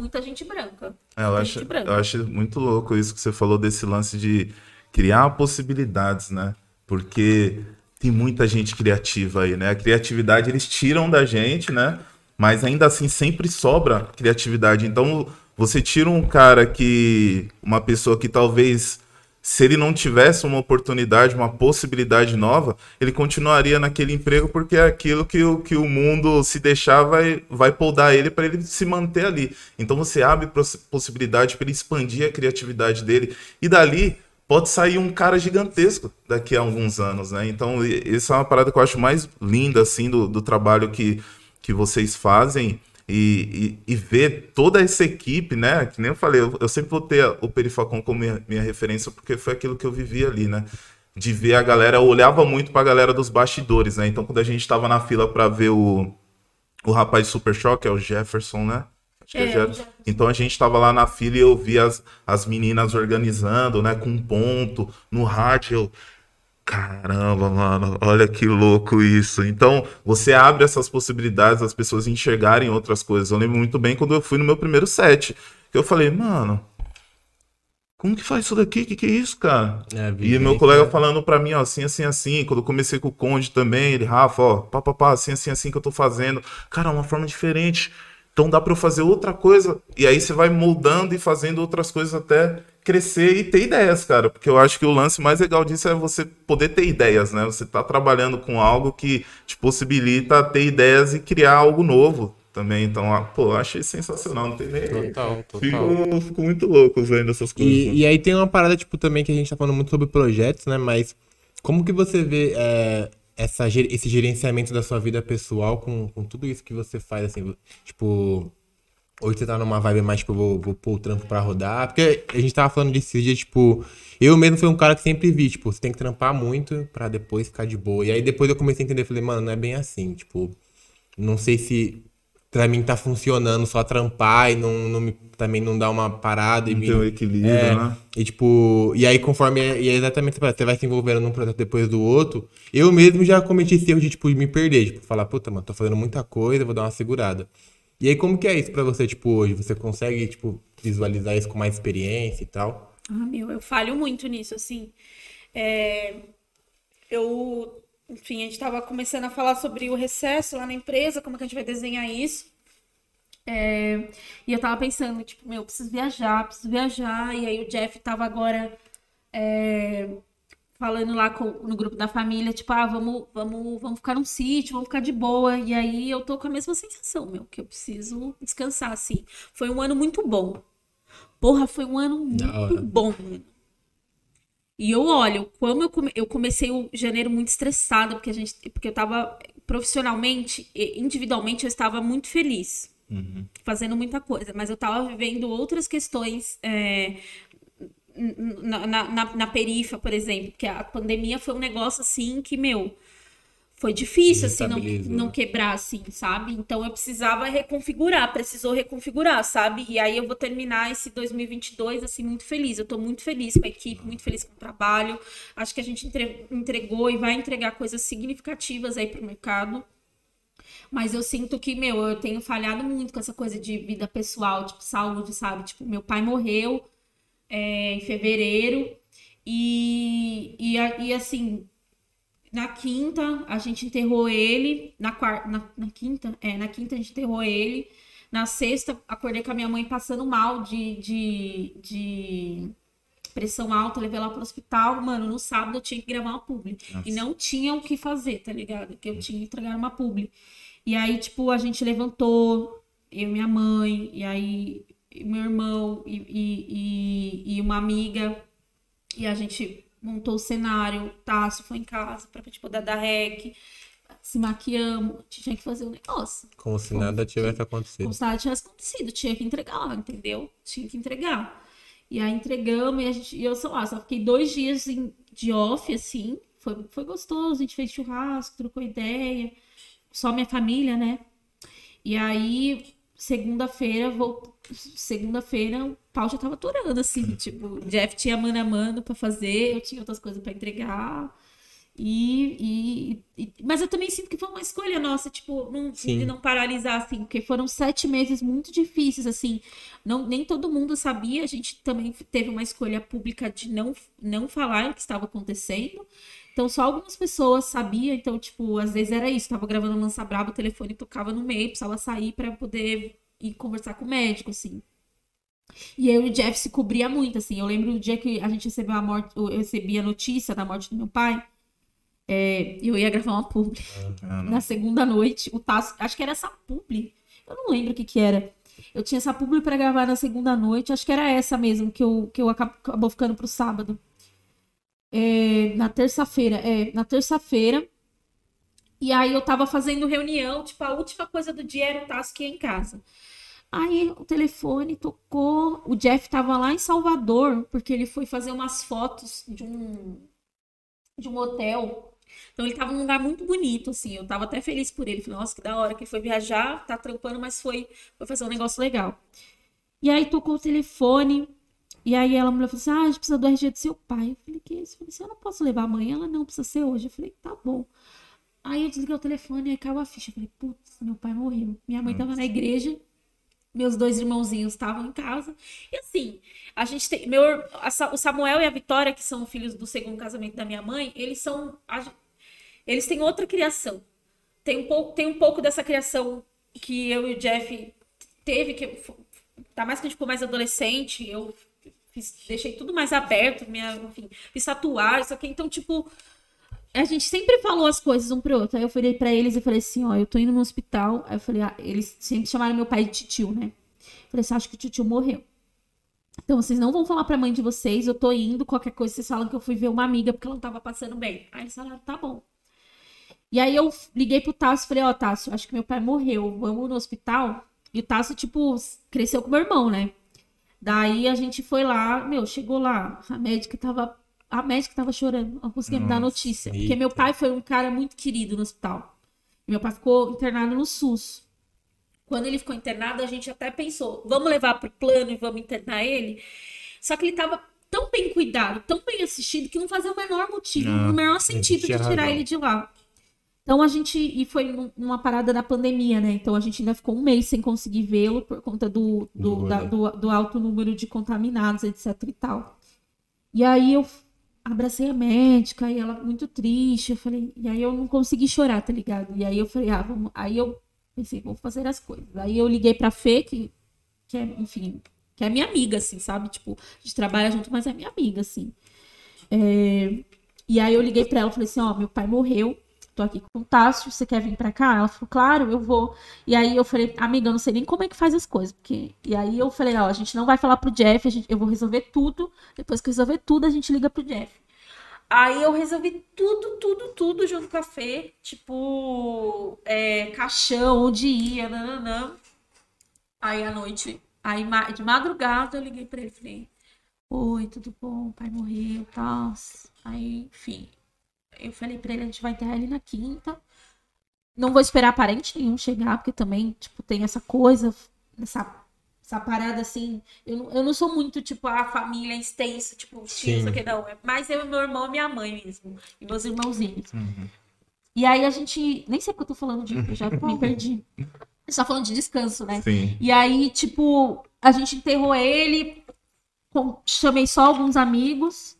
Eu acho muito louco isso que você falou desse lance de criar possibilidades, né? Porque tem muita gente criativa aí, né? A criatividade eles tiram da gente, né? Mas ainda assim sempre sobra criatividade. Então você tira uma pessoa que talvez, se ele não tivesse uma oportunidade, uma possibilidade nova, ele continuaria naquele emprego porque é aquilo que o mundo, se deixar, vai poldar ele para ele se manter ali. Então você abre possibilidade para ele expandir a criatividade dele. E dali pode sair um cara gigantesco daqui a alguns anos, né? Então essa é uma parada que eu acho mais linda, assim, do trabalho que vocês fazem. E ver toda essa equipe, né? Que nem eu falei, eu sempre vou ter o Perifacom como minha referência, porque foi aquilo que eu vivi ali, né? De ver a galera, eu olhava muito pra galera dos bastidores, né? Então, quando a gente tava na fila pra ver o rapaz do Super Choque, é o Jefferson, né? Acho que é Jefferson. Então, a gente tava lá na fila e eu via as meninas organizando, né? Com ponto, no rádio, caramba, mano, olha que louco isso. Então, você abre essas possibilidades das pessoas enxergarem outras coisas. Eu lembro muito bem quando eu fui no meu primeiro set, que eu falei, mano, como que faz isso daqui? Que é isso, cara? E meu colega falando pra mim, ó, assim, assim, assim. Quando eu comecei com o Conde também, ele, Rafa, ó, pá, assim, assim, assim que eu tô fazendo. Cara, é uma forma diferente. Então dá pra eu fazer outra coisa. E aí você vai moldando e fazendo outras coisas até crescer e ter ideias, cara. Porque eu acho que o lance mais legal disso é você poder ter ideias, né? Você tá trabalhando com algo que te possibilita ter ideias e criar algo novo também. Então, eu achei sensacional. Não tem nem... Total. Fico muito louco vendo essas coisas. E aí tem uma parada, tipo, também que a gente tá falando muito sobre projetos, né? Mas como que você vê esse gerenciamento da sua vida pessoal com tudo isso que você faz, assim, tipo, hoje você tá numa vibe mais, tipo, vou pôr o trampo pra rodar, porque a gente tava falando desse dia, tipo, eu mesmo fui um cara que sempre vi, tipo, você tem que trampar muito pra depois ficar de boa, e aí depois eu comecei a entender, falei, mano, não é bem assim, tipo, não sei se pra mim tá funcionando só trampar e também não dar uma parada. Não ter um equilíbrio, né? E tipo, e aí conforme, e é exatamente, você vai se envolvendo num projeto depois do outro, eu mesmo já cometi esse erro de, tipo, me perder, tipo, falar, puta, mano, tô fazendo muita coisa, vou dar uma segurada. E aí como que é isso pra você, tipo, hoje? Você consegue, tipo, visualizar isso com mais experiência e tal? Eu falho muito nisso, assim. Enfim, a gente tava começando a falar sobre o recesso lá na empresa, como que a gente vai desenhar isso. E eu tava pensando, tipo, preciso viajar. E aí o Jeff tava agora falando lá no grupo da família, tipo, vamos ficar num sítio, vamos ficar de boa. E aí eu tô com a mesma sensação, que eu preciso descansar, assim. Foi um ano muito bom. Porra, foi um ano muito bom, mano. E eu olho, como eu comecei o janeiro muito estressada, porque eu tava profissionalmente, individualmente, eu estava muito feliz. fazendo muita coisa, mas eu tava vivendo outras questões na perifa, por exemplo, porque a pandemia foi um negócio assim que, foi difícil, assim, não quebrar, assim, sabe? Então eu precisou reconfigurar, sabe? E aí eu vou terminar esse 2022, assim, muito feliz. Eu tô muito feliz com a equipe, muito feliz com o trabalho. Acho que a gente entregou e vai entregar coisas significativas aí pro mercado. Mas eu sinto que, eu tenho falhado muito com essa coisa de vida pessoal, tipo, saúde, sabe? Tipo, meu pai morreu em fevereiro e assim... Na quinta, a gente enterrou ele. Na quinta? Na quinta a gente enterrou ele. Na sexta, acordei com a minha mãe passando mal de pressão alta. Levei ela pro hospital. Mano, no sábado eu tinha que gravar uma publi. Nossa. E não tinha o que fazer, tá ligado? Porque eu tinha que entregar uma publi. E aí, tipo, a gente levantou. Eu e minha mãe. E aí, meu irmão e uma amiga. E a gente... montou o cenário, o Tássio foi em casa pra gente poder dar rec, se maquiamos, a gente tinha que fazer um negócio. Como se nada tivesse acontecido. Como se nada tivesse acontecido, tinha que entregar lá, entendeu? Tinha que entregar. E aí entregamos e eu, sei lá, só fiquei 2 dias de off, assim, foi gostoso, a gente fez churrasco, trocou ideia, só minha família, né? E aí, segunda-feira, o pau já tava aturando, assim, tipo, o Jeff tinha mano a mano pra fazer, eu tinha outras coisas pra entregar, mas eu também sinto que foi uma escolha nossa, tipo, de não paralisar, assim, porque foram 7 meses muito difíceis, assim, nem todo mundo sabia, a gente também teve uma escolha pública de não falar o que estava acontecendo, então só algumas pessoas sabiam, então, tipo, às vezes era isso, tava gravando um Lança Braba, o telefone tocava no meio, precisava sair pra poder ir conversar com o médico, assim. E eu e o Jeff se cobria muito, assim. Eu lembro do dia que a gente recebeu eu recebi a notícia da morte do meu pai. Eu ia gravar uma publi. Na segunda noite, o Tasso, acho que era essa publi. Eu não lembro o que era. Eu tinha essa publi pra gravar na segunda noite. Acho que era essa mesmo, que eu acabou ficando pro sábado. Na terça-feira. Na terça-feira. E aí eu tava fazendo reunião. Tipo, a última coisa do dia era o Tasso que ia em casa. Aí o telefone tocou, o Jeff tava lá em Salvador, porque ele foi fazer umas fotos de um hotel. Então ele tava num lugar muito bonito, assim, eu tava até feliz por ele. Falei, nossa, que da hora que ele foi viajar, tá trampando, mas foi fazer um negócio legal. E aí tocou o telefone, e aí a mulher falou assim, a gente precisa do RG do seu pai. Eu falei, que isso? Eu falei assim, eu não posso levar amanhã? Ela, não, precisa ser hoje. Eu falei, tá bom. Aí eu desliguei o telefone, e aí caiu a ficha. Eu falei, putz, meu pai morreu. Minha mãe tava na igreja. Meus 2 irmãozinhos estavam em casa. E assim, a gente tem... o Samuel e a Vitória, que são filhos do segundo casamento da minha mãe, eles têm outra criação. Tem um pouco dessa criação que eu e o Jeff teve, tá mais que a gente ficou mais adolescente, eu deixei tudo mais aberto, enfim, fiz tatuagem, isso aqui. Então, tipo... A gente sempre falou as coisas um pro outro. Aí eu falei pra eles e falei assim, ó, eu tô indo no hospital. Aí eu falei, eles sempre chamaram meu pai de titio, né? Eu falei assim, acho que o titio morreu. Então vocês não vão falar pra mãe de vocês, eu tô indo, qualquer coisa vocês falam que eu fui ver uma amiga porque ela não tava passando bem. Aí eles falaram, tá bom. E aí eu liguei pro Tássio e falei, ó, Tássio, acho que meu pai morreu, vamos no hospital? E o Tássio, tipo, cresceu com meu irmão, né? Daí a gente foi lá, chegou lá, a médica tava chorando, não conseguia me dar notícia. Porque meu pai foi um cara muito querido no hospital. Meu pai ficou internado no SUS. Quando ele ficou internado, a gente até pensou, vamos levar pro plano e vamos internar ele? Só que ele tava tão bem cuidado, tão bem assistido, que não fazia o menor motivo, o menor sentido de tirar ele de lá. Então e foi numa parada da pandemia, né? Então a gente ainda ficou 1 mês sem conseguir vê-lo por conta do alto número de contaminados, etc e tal. E aí eu abracei a médica e ela muito triste, eu falei, e aí eu não consegui chorar, tá ligado? E aí eu falei, vamos, aí eu pensei, vou fazer as coisas. Aí eu liguei pra Fê, que é, enfim, que é minha amiga, assim, sabe? Tipo, a gente trabalha junto, mas é minha amiga, assim. E aí eu liguei pra ela, falei assim, ó, meu pai morreu, tô aqui com o Tássio, você quer vir pra cá? Ela falou, claro, eu vou. E aí eu falei, amiga, eu não sei nem como é que faz as coisas, porque... E aí eu falei, ó, a gente não vai falar pro Jeff, eu vou resolver tudo, depois que eu resolver tudo, a gente liga pro Jeff. Aí eu resolvi tudo junto com a Fê, tipo, caixão, onde ia, nananã. Aí à noite, aí de madrugada eu liguei pra ele, falei, oi, tudo bom? O pai morreu e tal. Aí, enfim, eu falei pra ele, a gente vai enterrar ele na quinta. Não vou esperar parente nenhum chegar, porque também, tipo, tem essa coisa, essa parada assim. Eu não sou muito, tipo, a família extensa, tipo, tios, aqui, não. Mas eu, meu irmão e minha mãe mesmo. E meus irmãozinhos. E aí a gente. Nem sei o que eu tô falando de. Eu já me perdi. A gente tá falando de descanso, né? Sim. E aí, tipo, a gente enterrou ele. Chamei só alguns amigos.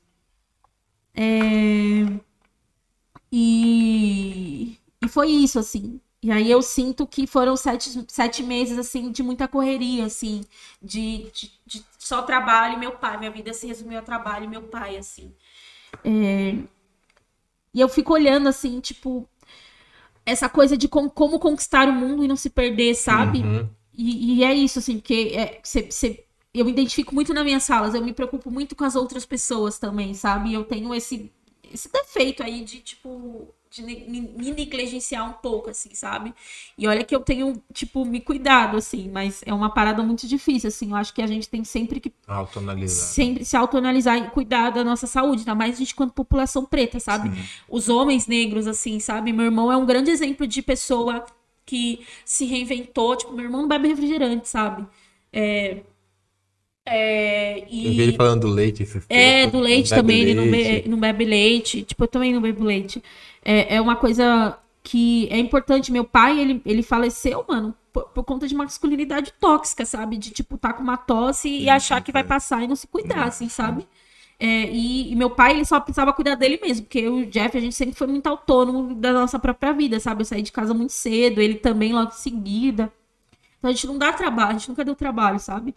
E foi isso, assim. E aí eu sinto que foram 7 meses, assim, de muita correria, assim. De só trabalho e meu pai. Minha vida se resumiu a trabalho e meu pai, assim. E eu fico olhando, assim, tipo... Essa coisa de como conquistar o mundo e não se perder, sabe? E é isso, assim, porque eu me identifico muito nas minhas salas. Eu me preocupo muito com as outras pessoas também, sabe? Eu tenho esse defeito aí de, tipo... de me negligenciar um pouco, assim, sabe? E olha que eu tenho, tipo, me cuidado, assim, mas é uma parada muito difícil, assim. Eu acho que a gente tem sempre que... Sempre se autoanalisar e cuidar da nossa saúde, ainda mais a gente quanto população preta, sabe? Sim. Os homens negros, assim, sabe? Meu irmão é um grande exemplo de pessoa que se reinventou. Tipo, meu irmão não bebe refrigerante, sabe? Eu vi ele falando do leite. Do leite também, ele não bebe leite. Tipo, eu também não bebo leite. É uma coisa que é importante. Meu pai, ele faleceu, mano, por conta de masculinidade tóxica, sabe? De, tipo, tá com uma tosse e achar que vai passar e não se cuidar, assim, sabe? E meu pai, ele só precisava cuidar dele mesmo, porque eu e o Jeff, a gente sempre foi muito autônomo da nossa própria vida, sabe? Eu saí de casa muito cedo, ele também logo em seguida. Então a gente não dá trabalho, a gente nunca deu trabalho, sabe?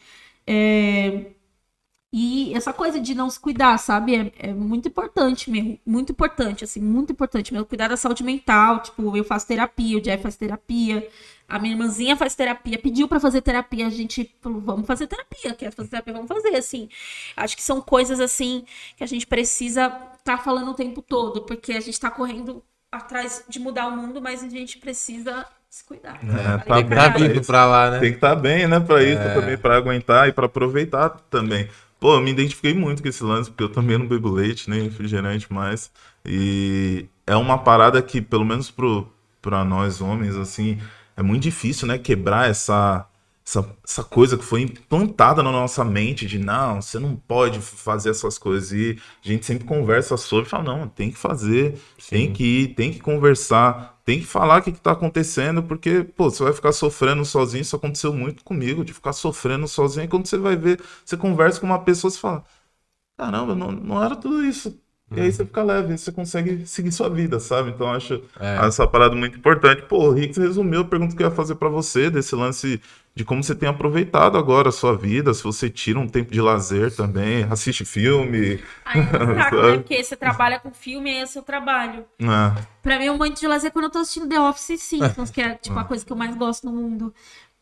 E essa coisa de não se cuidar, sabe? É muito importante mesmo. Muito importante, assim, muito importante mesmo. Cuidar da saúde mental. Tipo, eu faço terapia, o Jeff faz terapia, a minha irmãzinha faz terapia, pediu pra fazer terapia, a gente falou, vamos fazer terapia, quer fazer terapia, vamos fazer, assim. Acho que são coisas, assim, que a gente precisa tá falando o tempo todo, porque a gente tá correndo atrás de mudar o mundo, mas a gente precisa se cuidar. Tem que estar vivo pra lá, né? Tem que estar bem, né? Pra isso também, pra aguentar e pra aproveitar também. Pô, eu me identifiquei muito com esse lance, porque eu também não bebo leite, nem refrigerante mais. E é uma parada que, pelo menos pra nós homens, assim, é muito difícil, né? Quebrar essa coisa que foi implantada na nossa mente de não, você não pode fazer essas coisas. E a gente sempre conversa sobre, fala, não, tem que fazer, tem que ir, tem que conversar, tem que falar o que tá acontecendo, porque, pô, você vai ficar sofrendo sozinho. Isso aconteceu muito comigo, de ficar sofrendo sozinho. E quando você vai ver, você conversa com uma pessoa, você fala, caramba, não era tudo isso. E aí você fica leve, você consegue seguir sua vida, sabe? Então eu acho essa parada muito importante. Pô, o Rick resumiu a pergunta que eu ia fazer pra você, desse lance de como você tem aproveitado agora a sua vida, se você tira um tempo de lazer também, assiste filme. Né? Porque você trabalha com filme, é seu trabalho. Pra mim é um momento de lazer quando eu tô assistindo The Office Simpsons, que é tipo a coisa que eu mais gosto no mundo.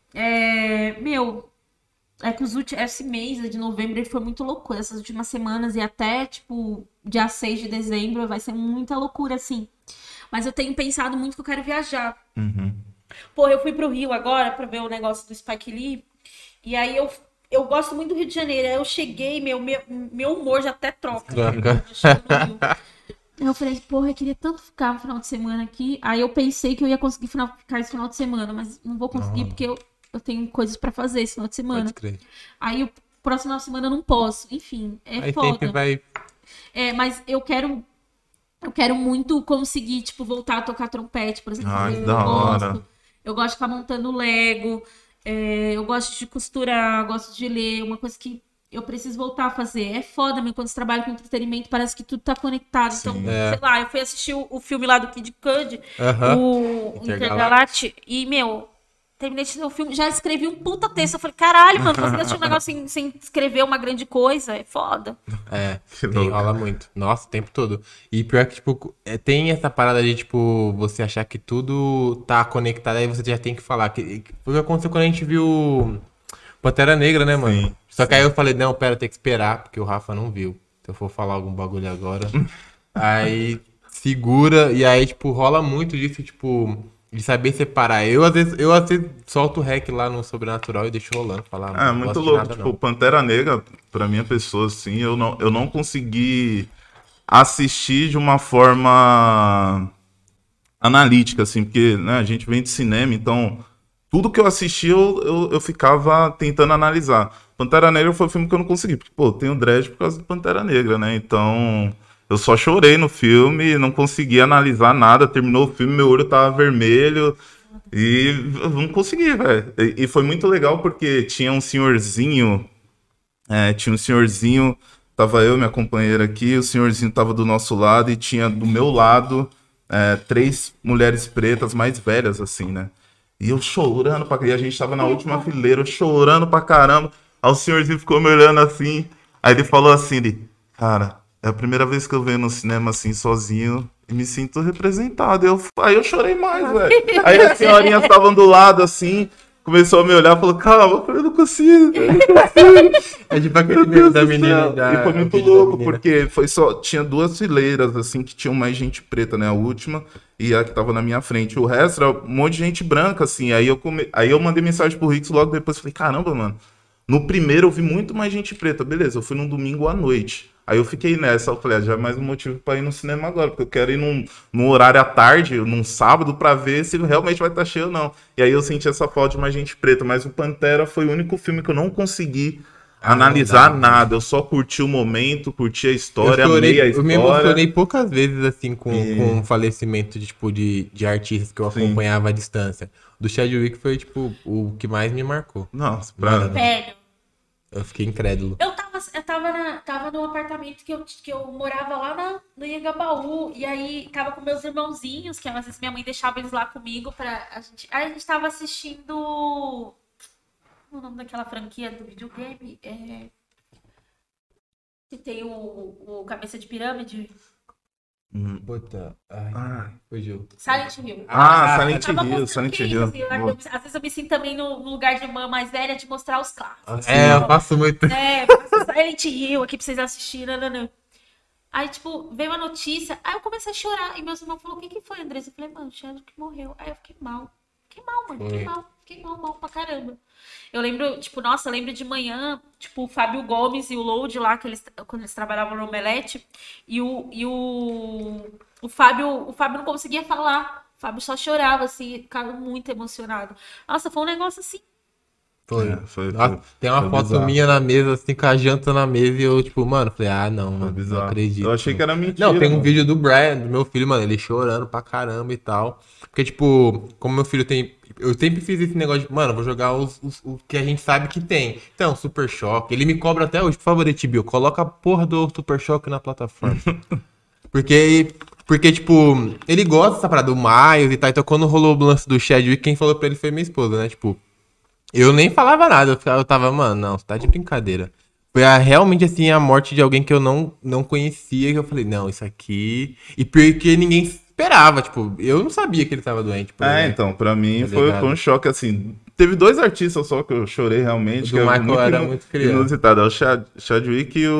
Que esse mês de novembro ele foi muito loucura, essas últimas semanas, e até, tipo, dia 6 de dezembro vai ser muita loucura, assim. Mas eu tenho pensado muito que eu quero viajar. Pô, eu fui pro Rio agora pra ver o negócio do Spike Lee, e aí eu gosto muito do Rio de Janeiro. Aí eu cheguei, meu humor já até troca. Eu falei, porra, eu queria tanto ficar no final de semana aqui. Aí eu pensei que eu ia conseguir ficar esse final de semana, mas não vou conseguir porque eu tenho coisas pra fazer esse final de semana. Pode crer. Aí o próximo final de semana eu não posso. Enfim, aí foda. Sempre vai... Mas eu quero muito conseguir, tipo, voltar a tocar trompete, por exemplo. Eu gosto de ficar montando Lego. Eu gosto de costurar, gosto de ler. Uma coisa que eu preciso voltar a fazer. É foda, mas quando você trabalha com entretenimento, parece que tudo tá conectado. Sim, então, sei lá, eu fui assistir o filme lá do Kid Cudi, o Intergalactic, e, terminei de ver o filme, já escrevi um puta texto. Eu falei, caralho, mano, consegui assistir um negócio sem escrever uma grande coisa. É foda. Rola muito. Nossa, o tempo todo. E pior que, tipo, tem essa parada de, tipo, você achar que tudo tá conectado, aí você já tem que falar. Foi o que aconteceu quando a gente viu Pantera Negra, né, mano? Sim, Só que aí eu falei, não, pera, tem que esperar, porque o Rafa não viu. Se eu for falar algum bagulho agora. Aí segura, e aí, tipo, rola muito disso, tipo... De saber separar. Eu às vezes solto o rec lá no Sobrenatural e deixo rolando. Falar, muito louco. Tipo, Pantera Negra, pra minha pessoa, assim, eu não consegui assistir de uma forma analítica, assim, porque, né, a gente vem de cinema, então tudo que eu assisti eu ficava tentando analisar. Pantera Negra foi um filme que eu não consegui, porque, pô, eu tenho dread por causa do Pantera Negra, né, então eu só chorei no filme, não consegui analisar nada, terminou o filme, meu olho tava vermelho e eu não consegui, velho. E foi muito legal porque tinha um senhorzinho, tava eu e minha companheira aqui, o senhorzinho tava do nosso lado e tinha do meu lado 3 mulheres pretas mais velhas, assim, né? E eu chorando e a gente tava na última fileira, eu chorando pra caramba. Aí o senhorzinho ficou me olhando assim, aí ele falou assim, cara, é a primeira vez que eu venho no cinema assim, sozinho, e me sinto representado. Aí eu chorei mais, velho. Aí as senhorinhas estavam do lado, assim, começou a me olhar e falou, calma, eu não consigo. É tipo aquele vídeo da menina. E foi muito louco, porque tinha 2 fileiras, assim, que tinham mais gente preta, né? A última e a que tava na minha frente. O resto era um monte de gente branca, assim. Aí eu mandei mensagem pro Rix logo depois, falei, caramba, mano. No primeiro eu vi muito mais gente preta. Beleza, eu fui num domingo à noite. Aí eu fiquei nessa, eu falei, já é mais um motivo pra ir no cinema agora, porque eu quero ir num horário à tarde, num sábado, pra ver se realmente vai estar cheio ou não. E aí eu senti essa falta de mais gente preta, mas o Pantera foi o único filme que eu não consegui analisar nada. Eu só curti o momento, curti a história, amei a história. Eu me emocionei poucas vezes, assim, com o falecimento de artistas que eu acompanhava à distância. Do Chadwick foi, tipo, o que mais me marcou. Nossa, Velho. Eu fiquei incrédulo. Eu tava no apartamento que eu morava lá no Anhangabaú. E aí tava com meus irmãozinhos, que às vezes minha mãe deixava eles lá comigo pra a gente. Aí a gente tava assistindo. O nome daquela franquia do videogame? Que tem o Cabeça de Pirâmide. Puta. Fugiu. Silent Hill. Silent Hill. Assim, às vezes eu me sinto também no lugar de irmã mais velha de mostrar os clássicos. Eu faço muito. Silent Hill aqui pra vocês assistirem. Não. Aí, tipo, veio a notícia. Aí eu comecei a chorar. E meus irmãos falaram, o que foi, Andressa? Eu falei, mano, o Chadwick morreu. Aí eu fiquei mal. Fiquei mal pra caramba. Eu lembro, tipo, eu lembro de manhã, tipo, o Fábio Gomes e o Load lá, quando eles trabalhavam no Omelete, e o Fábio não conseguia falar. O Fábio só chorava, assim, ficava muito emocionado. Nossa, foi um negócio assim. Foi. Tem uma foto bizarro. Minha na mesa, assim, com a janta na mesa, e eu, tipo, mano, falei, não acredito. Eu achei que era mentira. Não, tem um vídeo do Brian, do meu filho, mano, ele chorando pra caramba e tal. Porque, tipo, como meu filho tem... Eu sempre fiz esse negócio de, mano, vou jogar o que a gente sabe que tem. Então, Super Choque. Ele me cobra até hoje, por favor, HBO, coloca a porra do Super Choque na plataforma. Porque, tipo, ele gosta dessa parada do Miles e tal. Então, quando rolou o lance do Chadwick, quem falou pra ele foi minha esposa, né? Tipo, eu nem falava nada. Eu tava, mano, não, você tá de brincadeira. Foi realmente, assim, a morte de alguém que eu não conhecia. Que eu falei, não, isso aqui... E porque ninguém... esperava, tipo, eu não sabia que ele tava doente. Então, pra mim foi um choque, assim, teve 2 artistas só que eu chorei realmente, o do Michael era muito criança. Inusitado, é o Chadwick e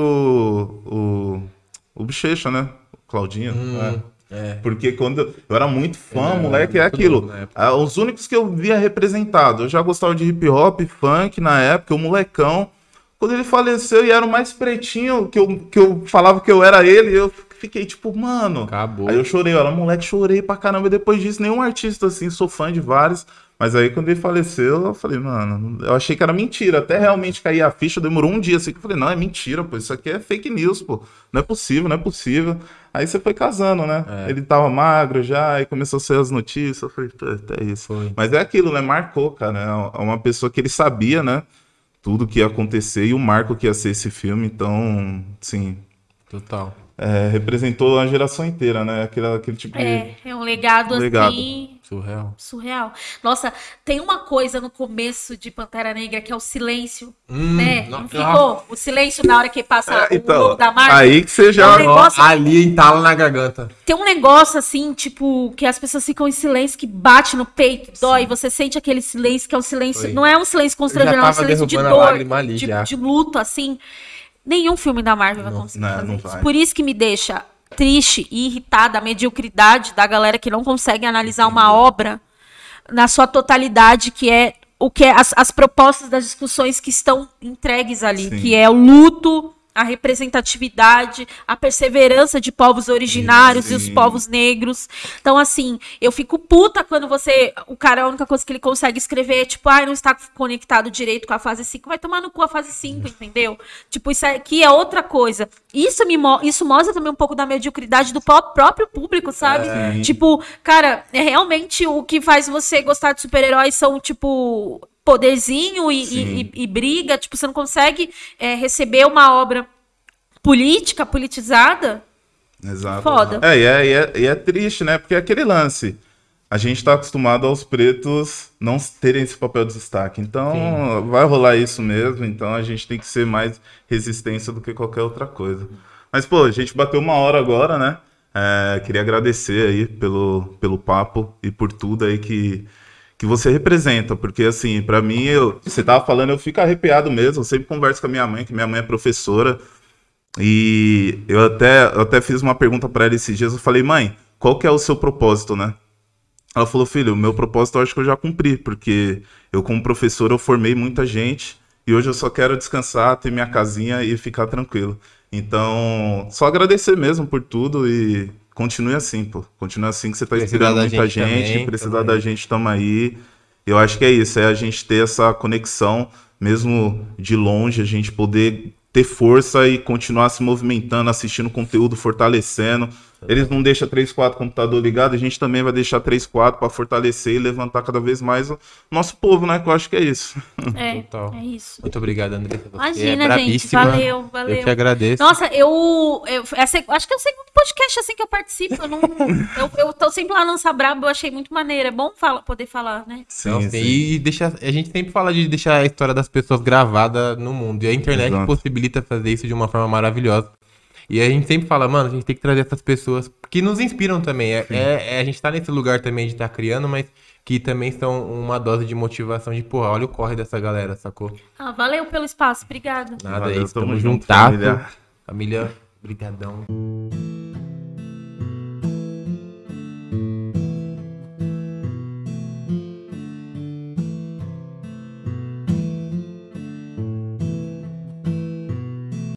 o Bochecha, né, o Claudinho, porque quando eu era muito fã, moleque, é aquilo, os únicos que eu via representado, eu já gostava de hip hop, funk na época, o molecão, quando ele faleceu e era o mais pretinho, que eu falava que eu era ele, eu fiquei tipo, mano... Acabou. Aí eu chorei, eu era moleque, chorei pra caramba. E depois disso, nenhum artista, assim, sou fã de vários. Mas aí, quando ele faleceu, eu falei, mano... Eu achei que era mentira. Até realmente cair a ficha, demorou um dia, assim. Que eu falei, não, é mentira, pô. Isso aqui é fake news, pô. Não é possível. Aí você foi casando, né? Ele tava magro já, aí começou a ser as notícias. Eu falei, é isso. Foi. Mas é aquilo, né? Marcou, cara. É uma pessoa que ele sabia, né? Tudo que ia acontecer e o marco que ia ser esse filme. Então, sim... Total. Representou a geração inteira, né? Aquele tipo de... É um legado assim... Surreal. Nossa, tem uma coisa no começo de Pantera Negra que é o silêncio, né? Não ficou? O silêncio na hora que passa o logo da Marvel. Aí que você já... Ali entala na garganta. Tem um negócio assim, tipo, que as pessoas ficam em silêncio, que bate no peito, dói. Você sente aquele silêncio, que é um silêncio... Não é um silêncio constrangedor, é um silêncio de dor, de luto, assim... Nenhum filme da Marvel vai conseguir fazer isso. Por isso que me deixa triste e irritada a mediocridade da galera que não consegue analisar uma obra na sua totalidade, que é as propostas das discussões que estão entregues ali, Sim. que é o luto, a representatividade, a perseverança de povos originários Sim. e os povos negros. Então, assim, eu fico puta quando o cara, a única coisa que ele consegue escrever é, tipo, não está conectado direito com a fase 5, vai tomar no cu a fase 5, entendeu? Tipo, isso aqui é outra coisa. Isso mostra também um pouco da mediocridade do próprio público, sabe? Tipo, cara, realmente o que faz você gostar de super-heróis são, tipo... poderzinho e briga, tipo, você não consegue receber uma obra politizada. Exato. Foda. E é triste, né? Porque é aquele lance. A gente tá acostumado aos pretos não terem esse papel de destaque. Então, Sim. vai rolar isso mesmo. Então, a gente tem que ser mais resistência do que qualquer outra coisa. Mas, pô, a gente bateu 1 hora agora, né? Queria agradecer aí pelo papo e por tudo aí que você representa, porque assim, pra mim, você tava falando, eu fico arrepiado mesmo, eu sempre converso com a minha mãe, que minha mãe é professora, e eu até fiz uma pergunta pra ela esses dias, eu falei, mãe, qual que é o seu propósito, né? Ela falou, filho, o meu propósito eu acho que eu já cumpri, porque eu como professor eu formei muita gente, e hoje eu só quero descansar, ter minha casinha e ficar tranquilo. Então, só agradecer mesmo por tudo e... Continue assim, pô. Continue assim que você tá inspirando muita gente. Precisar da gente, tamo aí. Eu acho que é isso, a gente ter essa conexão, mesmo de longe, a gente poder ter força e continuar se movimentando, assistindo conteúdo, fortalecendo. Eles não deixam 3, 4 computador ligado, a gente também vai deixar 3, 4 para fortalecer e levantar cada vez mais o nosso povo, né? Que eu acho que é isso. Total. É isso. Muito obrigado, André. Imagina, gente. Valeu. Eu que agradeço. Nossa, acho que é o segundo podcast assim que eu participo. Eu tô sempre lá no Lança Brabo, eu achei muito maneiro. É bom poder falar, né? Sim. E a gente sempre fala de deixar a história das pessoas gravada no mundo. E a internet possibilita fazer isso de uma forma maravilhosa. E a gente sempre fala, mano, a gente tem que trazer essas pessoas que nos inspiram também. A gente tá nesse lugar também de estar criando, mas que também são uma dose de motivação de, porra, olha o corre dessa galera, sacou? Valeu pelo espaço, obrigada. Nada, é isso, tamo juntasso. Família, brigadão.